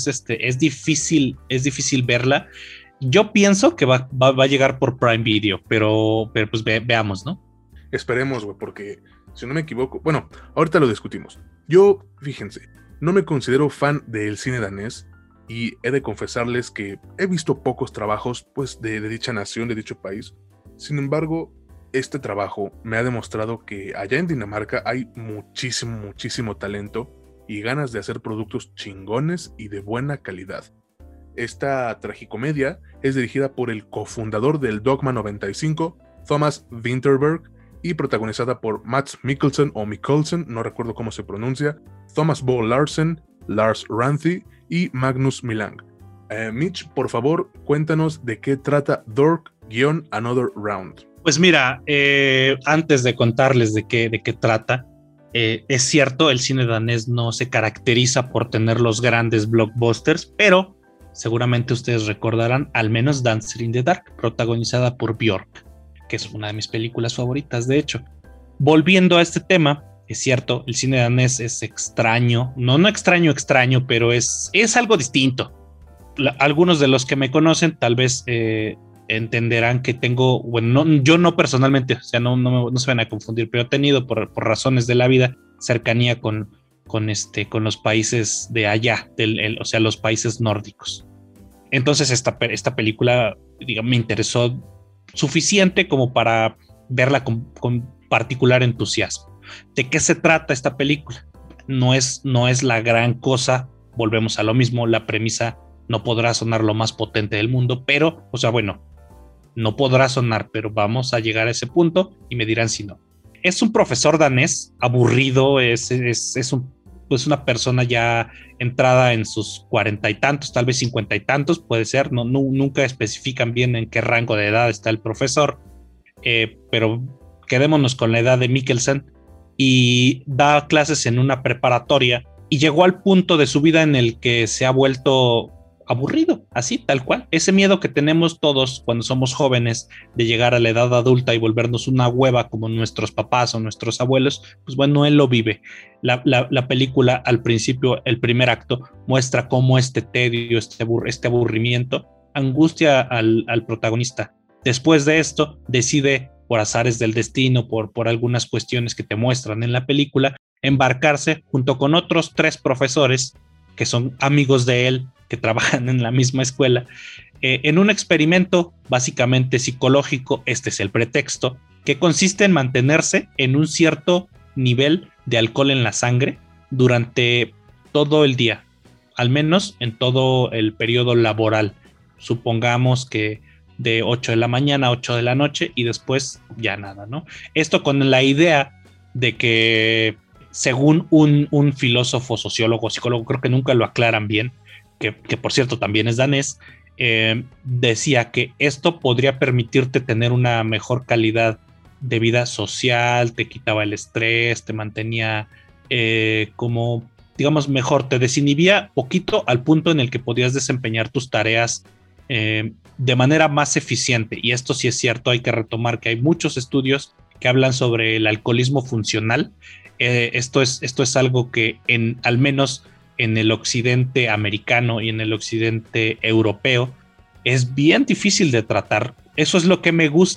difícil verla. Yo pienso que va a llegar por Prime Video, pero pues veamos, ¿no? Esperemos, güey, porque si no me equivoco, bueno, ahorita lo discutimos. Yo, fíjense, no me considero fan del cine danés y he de confesarles que he visto pocos trabajos, pues, de dicha nación, de dicho país. Sin embargo, este trabajo me ha demostrado que allá en Dinamarca hay muchísimo talento y ganas de hacer productos chingones y de buena calidad. Esta tragicomedia es dirigida por el cofundador del Dogma 95, Thomas Vinterberg, y protagonizada por Mads Mikkelsen o Mikkelsen, no recuerdo cómo se pronuncia, Thomas Bo Larsen, Lars Ranthi y Magnus Milang. Mitch, por favor, cuéntanos de qué trata Druk-Another Round. Pues mira, antes de contarles de qué trata, es cierto, el cine danés no se caracteriza por tener los grandes blockbusters, pero seguramente ustedes recordarán al menos Dancer in the Dark, protagonizada por Björk, que es una de mis películas favoritas, de hecho. Volviendo a este tema, es cierto, el cine danés es extraño, no extraño, pero es algo distinto. Algunos de los que me conocen tal vez entenderán que tengo, bueno, yo no personalmente, o sea, no se van a confundir, pero he tenido por razones de la vida cercanía con los países de allá, o sea, los países nórdicos. Entonces esta película, digamos, me interesó suficiente como para verla con particular entusiasmo. ¿De qué se trata esta película? No es la gran cosa, volvemos a lo mismo, la premisa no podrá sonar lo más potente del mundo, pero, o sea, bueno, no podrá sonar, pero vamos a llegar a ese punto y me dirán si no. Es un profesor danés aburrido, es una persona ya entrada en sus 40 y tantos, tal vez 50 y tantos, puede ser, nunca especifican bien en qué rango de edad está el profesor, pero quedémonos con la edad de Mikkelsen, y da clases en una preparatoria y llegó al punto de su vida en el que se ha vuelto aburrido, así, tal cual. Ese miedo que tenemos todos cuando somos jóvenes de llegar a la edad adulta y volvernos una hueva como nuestros papás o nuestros abuelos, pues bueno, él lo vive. La película al principio, el primer acto, muestra cómo este tedio, este aburrimiento angustia al protagonista. Después de esto, decide, por azares del destino, por algunas cuestiones que te muestran en la película, embarcarse junto con otros 3 profesores que son amigos de él, que trabajan en la misma escuela, en un experimento básicamente psicológico. Este es el pretexto, que consiste en mantenerse en un cierto nivel de alcohol en la sangre durante todo el día, al menos en todo el periodo laboral. Supongamos que de 8 de la mañana a 8 de la noche y después ya nada, ¿no? Esto con la idea de que, según un filósofo, sociólogo, psicólogo, creo que nunca lo aclaran bien, que por cierto también es danés, decía que esto podría permitirte tener una mejor calidad de vida social, te quitaba el estrés, te mantenía como, digamos, mejor, te desinhibía poquito al punto en el que podías desempeñar tus tareas de manera más eficiente. Y esto sí es cierto, hay que retomar que hay muchos estudios que hablan sobre el alcoholismo funcional. Esto es algo que al menos en el occidente americano y en el occidente europeo es bien difícil de tratar. Eso es lo que me gusta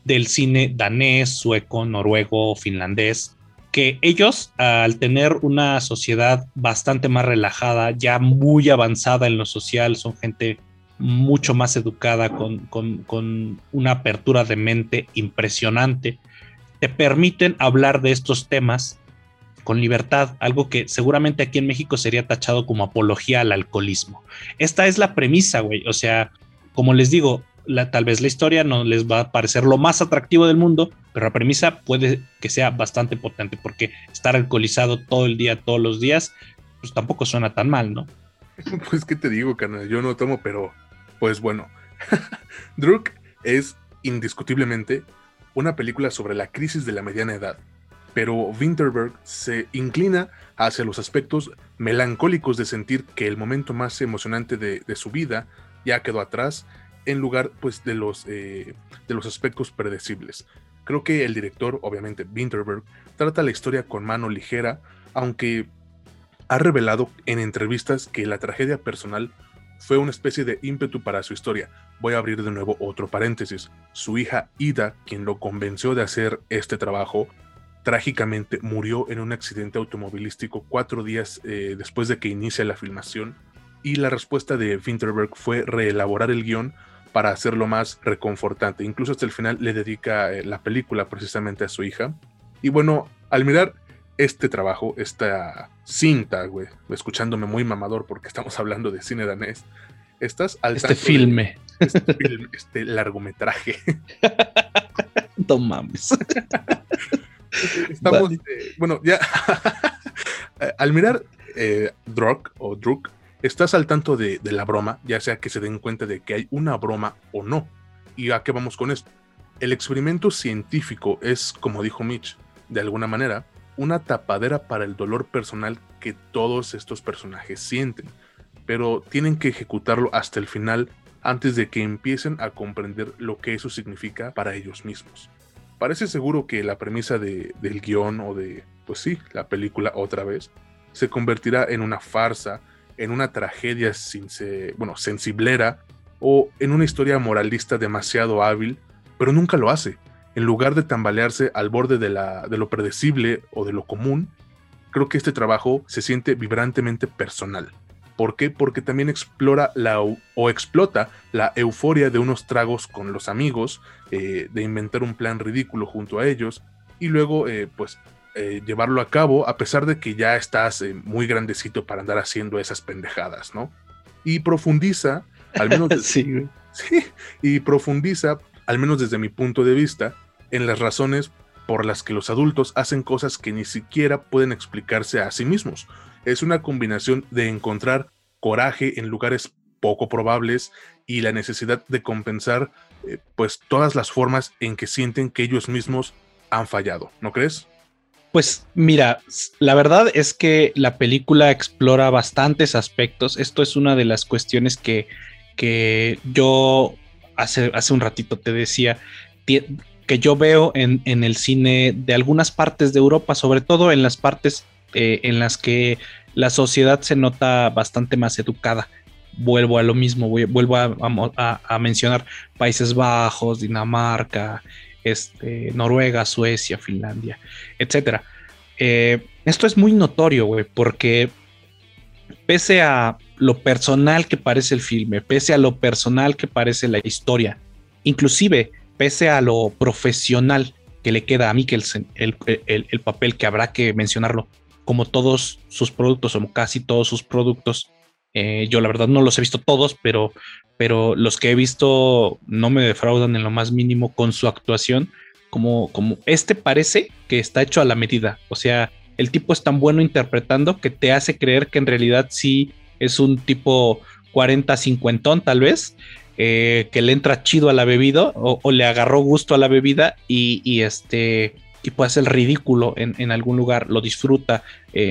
del cine danés, sueco, noruego, finlandés, que ellos, al tener una sociedad bastante más relajada, ya muy avanzada en lo social, son gente mucho más educada, con una apertura de mente impresionante, te permiten hablar de estos temas con libertad, algo que seguramente aquí en México sería tachado como apología al alcoholismo. Esta es la premisa, güey. O sea, como les digo, tal vez la historia no les va a parecer lo más atractivo del mundo, pero la premisa puede que sea bastante potente, porque estar alcoholizado todo el día, todos los días, pues tampoco suena tan mal, ¿no? Pues, ¿qué te digo, carnal? Yo no tomo, pero, pues bueno. Druk es indiscutiblemente una película sobre la crisis de la mediana edad, pero Winterberg se inclina hacia los aspectos melancólicos de sentir que el momento más emocionante de su vida ya quedó atrás, en lugar pues de los aspectos predecibles. Creo que el director, obviamente Winterberg, trata la historia con mano ligera, aunque ha revelado en entrevistas que la tragedia personal fue una especie de ímpetu para su historia. Voy a abrir de nuevo otro paréntesis. Su hija Ida, quien lo convenció de hacer este trabajo, trágicamente murió en un accidente automovilístico 4 días después de que inicia la filmación, y la respuesta de Winterberg fue reelaborar el guión para hacerlo más reconfortante. Incluso hasta el final le dedica la película precisamente a su hija. Y bueno, al mirar este trabajo, esta cinta, güey, escuchándome muy mamador porque estamos hablando de cine danés, estás al tanto filme. Este largometraje. No mames. Estamos, bueno, ya al mirar Druk, estás al tanto de la broma, ya sea que se den cuenta de que hay una broma o no. ¿Y a qué vamos con esto? El experimento científico es, como dijo Mitch, de alguna manera, una tapadera para el dolor personal que todos estos personajes sienten, pero tienen que ejecutarlo hasta el final antes de que empiecen a comprender lo que eso significa para ellos mismos. Parece seguro que la premisa del guión o de, pues sí, la película otra vez, se convertirá en una farsa, en una tragedia sensiblera o en una historia moralista demasiado hábil, pero nunca lo hace. En lugar de tambalearse al borde de lo predecible o de lo común, creo que este trabajo se siente vibrantemente personal. ¿Por qué? Porque también explota la euforia de unos tragos con los amigos, de inventar un plan ridículo junto a ellos y luego llevarlo a cabo a pesar de que ya estás muy grandecito para andar haciendo esas pendejadas, ¿no? Y profundiza, al menos y profundiza, al menos desde mi punto de vista, en las razones por las que los adultos hacen cosas que ni siquiera pueden explicarse a sí mismos. Es una combinación de encontrar coraje en lugares poco probables y la necesidad de compensar pues todas las formas en que sienten que ellos mismos han fallado, ¿no crees? Pues mira, la verdad es que la película explora bastantes aspectos. Esto es una de las cuestiones que yo hace un ratito te decía, que yo veo en el cine de algunas partes de Europa, sobre todo en las partes en las que la sociedad se nota bastante más educada. Vuelvo a lo mismo, vuelvo a mencionar Países Bajos, Dinamarca, Noruega, Suecia, Finlandia, etcétera. Esto es muy notorio, güey, porque pese a lo personal que parece el filme, pese a lo personal que parece la historia, inclusive pese a lo profesional que le queda a Mikkelsen, el papel que habrá que mencionarlo, como todos sus productos, o casi todos sus productos, yo la verdad no los he visto todos, pero los que he visto no me defraudan en lo más mínimo con su actuación, como parece que está hecho a la medida. O sea, el tipo es tan bueno interpretando que te hace creer que en realidad sí es un tipo 40-50 tal vez, que le entra chido a la bebida o le agarró gusto a la bebida y puede hacer el ridículo en algún lugar, lo disfruta.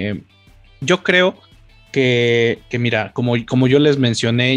Yo creo que mira, como yo les mencioné,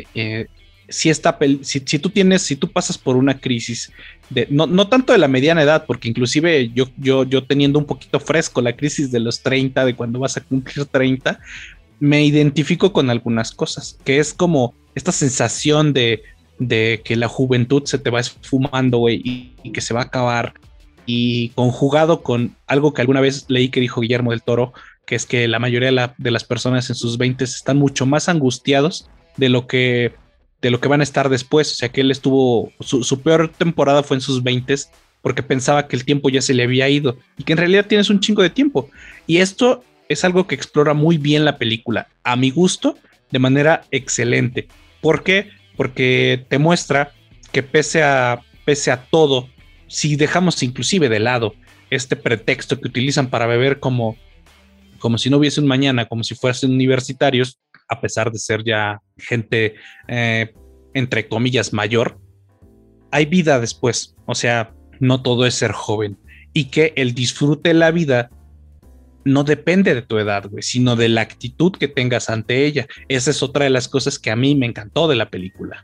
si tú pasas por una crisis no tanto de la mediana edad, porque inclusive yo teniendo un poquito fresco la crisis de los 30, de cuando vas a cumplir 30, me identifico con algunas cosas, que es como esta sensación de de que la juventud se te va esfumando, güey, y que se va a acabar, y conjugado con algo que alguna vez leí que dijo Guillermo del Toro, que es que la mayoría de las personas en sus 20 están mucho más angustiados de lo que van a estar después. O sea, que él estuvo, su peor temporada fue en sus 20 porque pensaba que el tiempo ya se le había ido y que en realidad tienes un chingo de tiempo. Y esto es algo que explora muy bien la película, a mi gusto, de manera excelente. ¿Por qué? Porque te muestra que pese a todo, si dejamos inclusive de lado este pretexto que utilizan para beber como si no hubiese un mañana, como si fuesen universitarios, a pesar de ser ya gente, entre comillas, mayor, hay vida después. O sea, no todo es ser joven. Y que el disfrute de la vida no depende de tu edad, güey, sino de la actitud que tengas ante ella. Esa es otra de las cosas que a mí me encantó de la película.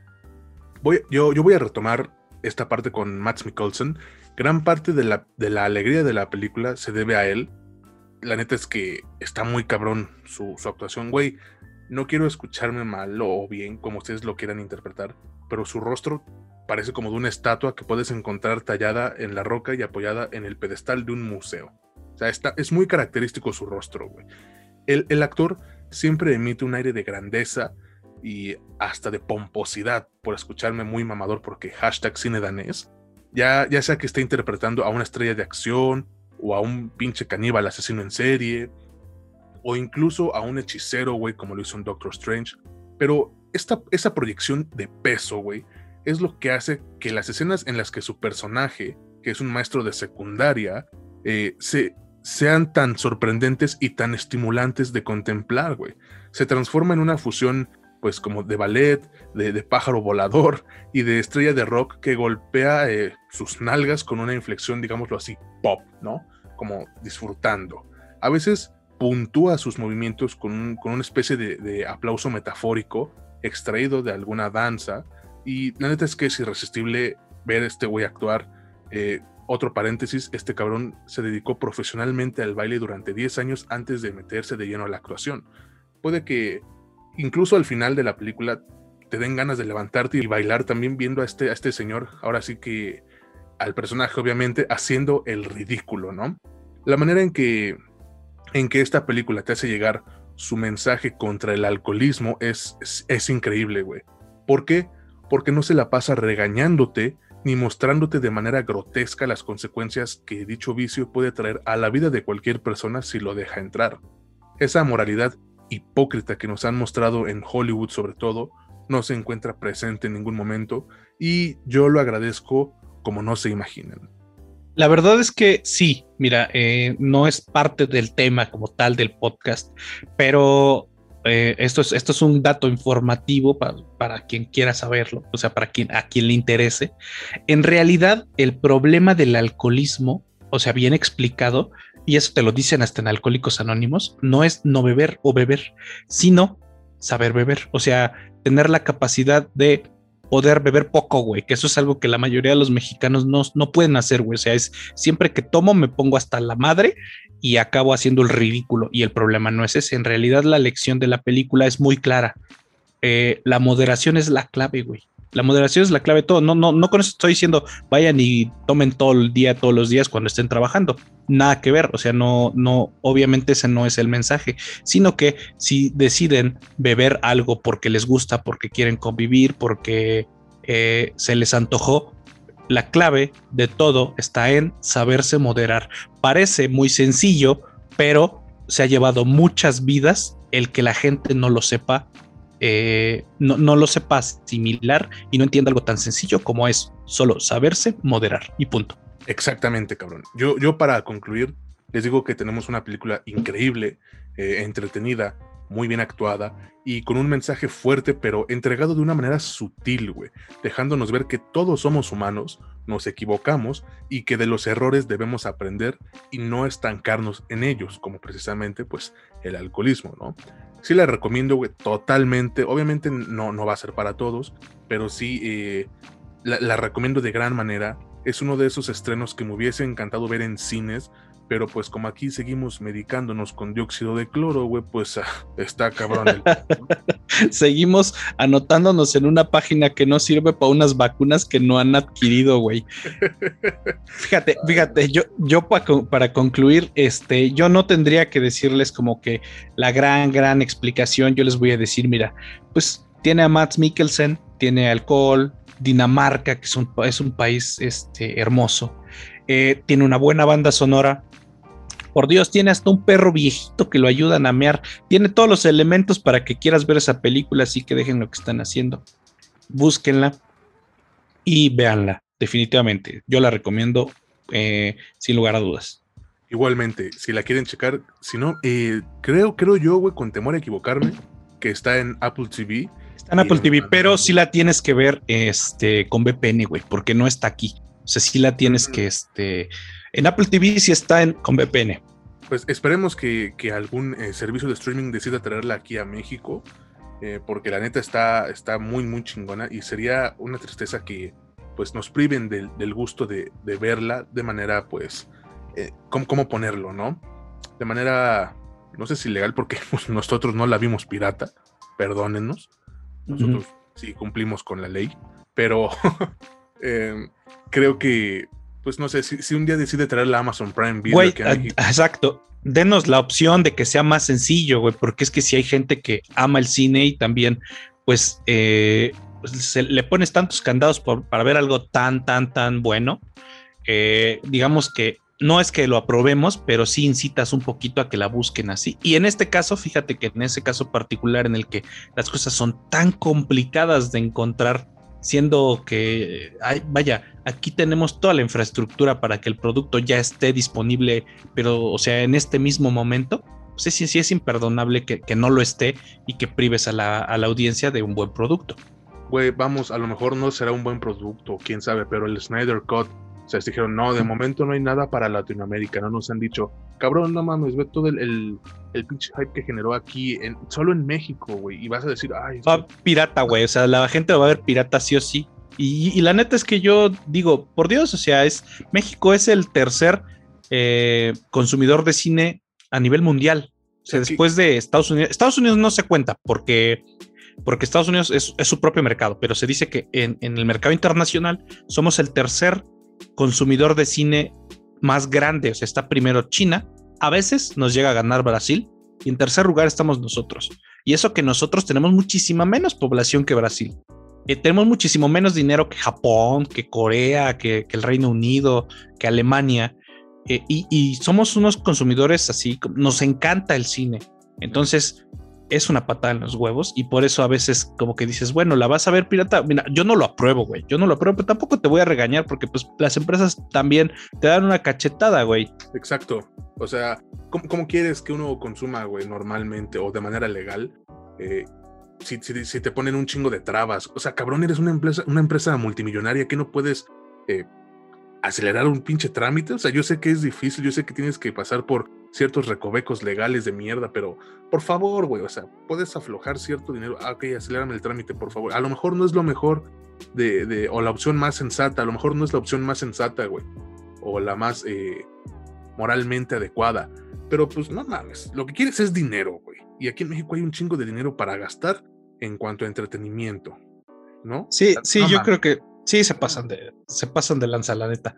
Yo voy a retomar esta parte con Mads Mikkelsen. Gran parte de la alegría de la película se debe a él. La neta es que está muy cabrón su actuación, güey. No quiero escucharme mal o bien, como ustedes lo quieran interpretar, pero su rostro parece como de una estatua que puedes encontrar tallada en la roca y apoyada en el pedestal de un museo. O sea, es muy característico su rostro, güey. El actor siempre emite un aire de grandeza y hasta de pomposidad, por escucharme muy mamador porque hashtag cine danés. Ya sea que esté interpretando a una estrella de acción, o a un pinche caníbal asesino en serie, o incluso a un hechicero, güey, como lo hizo en Doctor Strange. Pero esa proyección de peso, güey, es lo que hace que las escenas en las que su personaje, que es un maestro de secundaria, sean tan sorprendentes y tan estimulantes de contemplar, güey. Se transforma en una fusión, pues, como de ballet, de pájaro volador y de estrella de rock que golpea sus nalgas con una inflexión, digámoslo así, pop, ¿no? Como disfrutando. A veces puntúa sus movimientos con una especie de aplauso metafórico extraído de alguna danza, y la neta es que es irresistible ver a este güey actuar. Otro paréntesis, este cabrón se dedicó profesionalmente al baile durante 10 años antes de meterse de lleno a la actuación. Puede que incluso al final de la película te den ganas de levantarte y bailar también viendo a este señor, ahora sí que al personaje obviamente, haciendo el ridículo, ¿no? La manera en que esta película te hace llegar su mensaje contra el alcoholismo es increíble, güey. ¿Por qué? Porque no se la pasa regañándote ni mostrándote de manera grotesca las consecuencias que dicho vicio puede traer a la vida de cualquier persona si lo deja entrar. Esa moralidad hipócrita que nos han mostrado en Hollywood sobre todo, no se encuentra presente en ningún momento, y yo lo agradezco como no se imaginan. La verdad es que sí, mira, no es parte del tema como tal del podcast, pero esto es un dato informativo para quien quiera saberlo, o sea, a quien le interese. En realidad, el problema del alcoholismo, o sea, bien explicado, y eso te lo dicen hasta en Alcohólicos Anónimos, no es no beber o beber, sino saber beber, o sea, tener la capacidad de poder beber poco, güey, que eso es algo que la mayoría de los mexicanos no pueden hacer, güey. O sea, es siempre que tomo me pongo hasta la madre y acabo haciendo el ridículo. Y el problema no es ese. En realidad, la lección de la película es muy clara. La moderación es la clave, güey. La moderación es la clave de todo. No con eso estoy diciendo vayan y tomen todo el día, todos los días cuando estén trabajando. Nada que ver. O sea, obviamente ese no es el mensaje, sino que si deciden beber algo porque les gusta, porque quieren convivir, porque se les antojó, la clave de todo está en saberse moderar. Parece muy sencillo, pero se ha llevado muchas vidas el que la gente no lo sepa. No lo sepa asimilar y no entienda algo tan sencillo como es solo saberse moderar y punto. Exactamente, cabrón. Yo para concluir, les digo que tenemos una película increíble, entretenida, muy bien actuada y con un mensaje fuerte, pero entregado de una manera sutil, güey, dejándonos ver que todos somos humanos, nos equivocamos y que de los errores debemos aprender y no estancarnos en ellos, como precisamente, pues, el alcoholismo, ¿no? Sí la recomiendo, güey, totalmente. Obviamente no va a ser para todos, pero sí la recomiendo de gran manera. Es uno de esos estrenos que me hubiese encantado ver en cines, pero pues como aquí seguimos medicándonos con dióxido de cloro, güey, pues está cabrón el... Seguimos anotándonos en una página que no sirve para unas vacunas que no han adquirido, güey. Fíjate, yo para concluir, yo no tendría que decirles como que la gran explicación. Yo les voy a decir, mira, pues tiene a Mads Mikkelsen, tiene alcohol, Dinamarca, que es un país hermoso, tiene una buena banda sonora. Por Dios, tiene hasta un perro viejito que lo ayudan a mear. Tiene todos los elementos para que quieras ver esa película, así que dejen lo que están haciendo. Búsquenla y véanla, definitivamente. Yo la recomiendo sin lugar a dudas. Igualmente, si la quieren checar, si no, creo yo, güey, con temor a equivocarme, que está en Apple TV. Está en Apple TV, pero sí la tienes que ver con VPN, güey, porque no está aquí. O sea, sí la tienes que, en Apple TV sí está con VPN. Pues esperemos que algún servicio de streaming decida traerla aquí a México, porque la neta está muy chingona y sería una tristeza que pues nos priven del gusto de verla de manera, pues, ¿cómo ponerlo, no? De manera, no sé si legal, porque pues, nosotros no la vimos pirata, perdónennos, nosotros sí cumplimos con la ley, pero creo que, pues no sé, si un día decide traer la Amazon Prime Video aquí a México. Exacto, denos la opción de que sea más sencillo, güey, porque es que si hay gente que ama el cine y también, pues, le pones tantos candados para ver algo tan bueno, digamos que no es que lo aprobemos, pero sí incitas un poquito a que la busquen así. Y en este caso, fíjate que en ese caso particular en el que las cosas son tan complicadas de encontrar, siendo que, aquí tenemos toda la infraestructura para que el producto ya esté disponible, pero, o sea, en este mismo momento, pues sí es imperdonable que no lo esté y que prives a la audiencia de un buen producto. Güey, vamos, a lo mejor no será un buen producto, quién sabe, pero el Snyder Cut, o sea, dijeron, no, de momento no hay nada para Latinoamérica, no nos han dicho, cabrón, no mames, ve todo el pinche hype que generó aquí, solo en México, güey, y vas a decir, ay... Va pirata, güey, o sea, la gente va a ver pirata sí o sí, y la neta es que yo digo, por Dios, o sea, México es el tercer consumidor de cine a nivel mundial, o sea, después de Estados Unidos no se cuenta, porque Estados Unidos es su propio mercado, pero se dice que en el mercado internacional somos el tercer consumidor de cine más grande, o sea, está primero China, a veces nos llega a ganar Brasil, y en tercer lugar estamos nosotros, y eso que nosotros tenemos muchísima menos población que Brasil, tenemos muchísimo menos dinero que Japón, que Corea, que el Reino Unido, que Alemania, y somos unos consumidores así, nos encanta el cine, entonces es una patada en los huevos y por eso a veces como que dices, bueno, la vas a ver pirata. Mira, yo no lo apruebo, güey. Yo no lo apruebo, pero tampoco te voy a regañar porque pues las empresas también te dan una cachetada, güey. Exacto. O sea, ¿cómo quieres que uno consuma, güey, normalmente o de manera legal? Si te ponen un chingo de trabas. O sea, cabrón, eres una empresa multimillonaria que no puedes acelerar un pinche trámite. O sea, yo sé que es difícil, yo sé que tienes que pasar por ciertos recovecos legales de mierda, pero por favor, güey, o sea, puedes aflojar cierto dinero. Ok, acelérame el trámite, por favor. A lo mejor no es lo mejor o la opción más sensata, a lo mejor no es la opción más sensata, güey, o la más moralmente adecuada, pero pues no mames, lo que quieres es dinero, güey, y aquí en México hay un chingo de dinero para gastar en cuanto a entretenimiento, ¿no? Sí, no, yo creo que sí se pasan de lanza, la neta.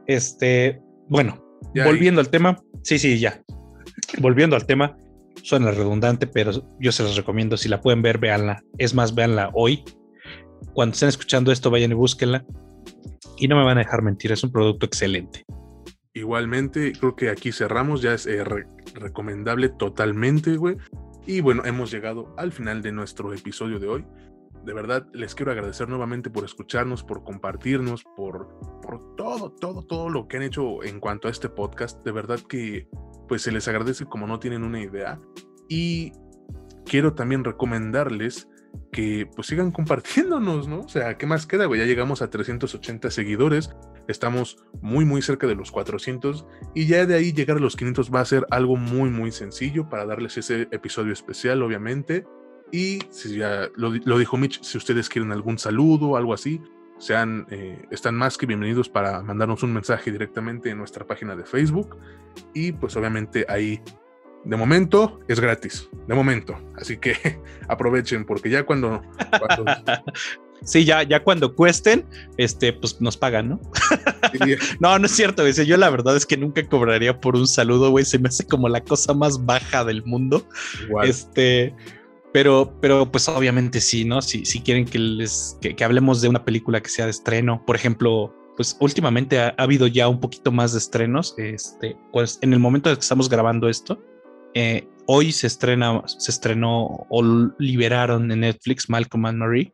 Bueno, ya volviendo al tema, ya. Volviendo al tema, suena redundante, pero yo se los recomiendo. Si la pueden ver, véanla. Es más, véanla hoy. Cuando estén escuchando esto, vayan y búsquenla. Y no me van a dejar mentir, es un producto excelente. Igualmente, creo que aquí cerramos. Ya es recomendable totalmente, güey. Y bueno, hemos llegado al final de nuestro episodio de hoy. De verdad, les quiero agradecer nuevamente por escucharnos, por compartirnos, por todo lo que han hecho en cuanto a este podcast. De verdad que pues se les agradece como no tienen una idea. Y quiero también recomendarles que pues sigan compartiéndonos, ¿no? O sea, ¿qué más queda, güey? Ya llegamos a 380 seguidores, estamos muy cerca de los 400 y ya de ahí llegar a los 500 va a ser algo muy sencillo para darles ese episodio especial, obviamente. Y si ya lo dijo Mitch, si ustedes quieren algún saludo o algo así, están más que bienvenidos para mandarnos un mensaje directamente en nuestra página de Facebook. Y pues obviamente ahí, de momento, es gratis. De momento. Así que aprovechen, porque ya cuando sí, ya cuando cuesten, pues nos pagan, ¿no? Sí. No es cierto, güey. Yo la verdad es que nunca cobraría por un saludo, güey. Se me hace como la cosa más baja del mundo. Igual. Pero pues obviamente sí, ¿no? Si quieren que hablemos de una película que sea de estreno, por ejemplo, pues últimamente ha habido ya un poquito más de estrenos. Pues en el momento en que estamos grabando esto, hoy se estrenó o liberaron en Netflix Malcolm and Marie.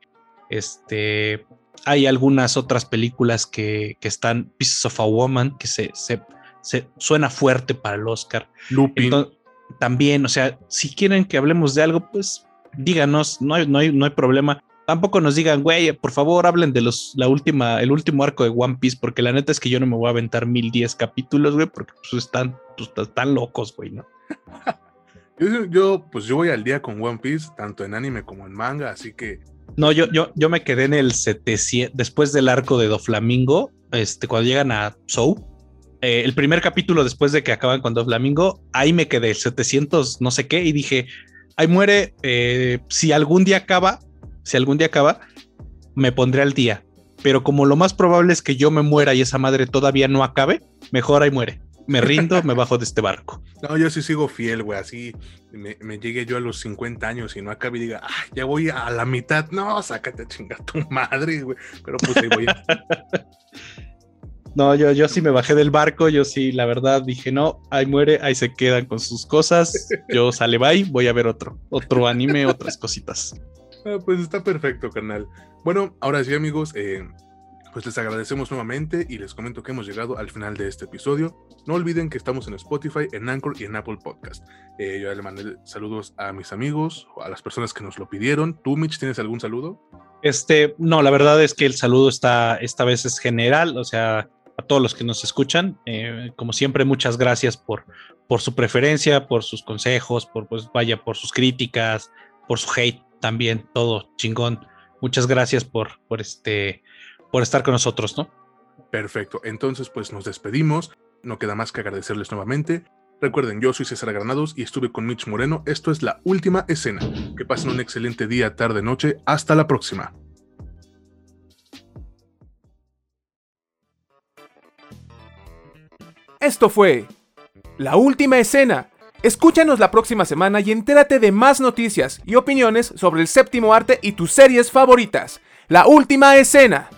Hay algunas otras películas que están, Pieces of a Woman, que se suena fuerte para el Oscar. Lupin. Entonces, también, o sea, si quieren que hablemos de algo, pues díganos, no hay problema. Tampoco nos digan, güey, por favor, hablen de el último arco de One Piece, porque la neta es que yo no me voy a aventar 1010 capítulos, güey, porque pues están locos, güey, ¿no? Yo voy al día con One Piece, tanto en anime como en manga, así que... No, yo me quedé en el 700, después del arco de Doflamingo, cuando llegan a Zou, el primer capítulo después de que acaban con Doflamingo, ahí me quedé, 700 no sé qué, y dije, ahí muere, si algún día acaba, me pondré al día, pero como lo más probable es que yo me muera y esa madre todavía no acabe, mejor ahí muere. Me rindo, me bajo de este barco. No, yo sí sigo fiel, güey, así me llegué yo a los 50 años y no acabe y diga, ay, ya voy a la mitad. No, sácate a chingar tu madre, güey. Pero pues ahí voy. No, yo sí me bajé del barco, yo sí, la verdad, dije, no, ahí muere, ahí se quedan con sus cosas, yo sale bye, voy a ver otro anime, otras cositas. Pues está perfecto, carnal. Bueno, ahora sí, amigos, pues les agradecemos nuevamente y les comento que hemos llegado al final de este episodio. No olviden que estamos en Spotify, en Anchor y en Apple Podcast. Yo le mandé saludos a mis amigos, a las personas que nos lo pidieron. ¿Tú, Mitch, tienes algún saludo? No, la verdad es que el saludo esta vez es general, o sea, a todos los que nos escuchan. Como siempre, muchas gracias por su preferencia, por sus consejos, por sus críticas, por su hate también, todo chingón. Muchas gracias por estar con nosotros, ¿no? Perfecto, entonces pues nos despedimos, no queda más que agradecerles nuevamente. Recuerden, yo soy César Granados y estuve con Mitch Moreno. Esto es La Última Escena. Que pasen un excelente día, tarde, noche. Hasta la próxima. Esto fue La Última Escena. Escúchanos la próxima semana y entérate de más noticias y opiniones sobre el séptimo arte y tus series favoritas. La Última Escena.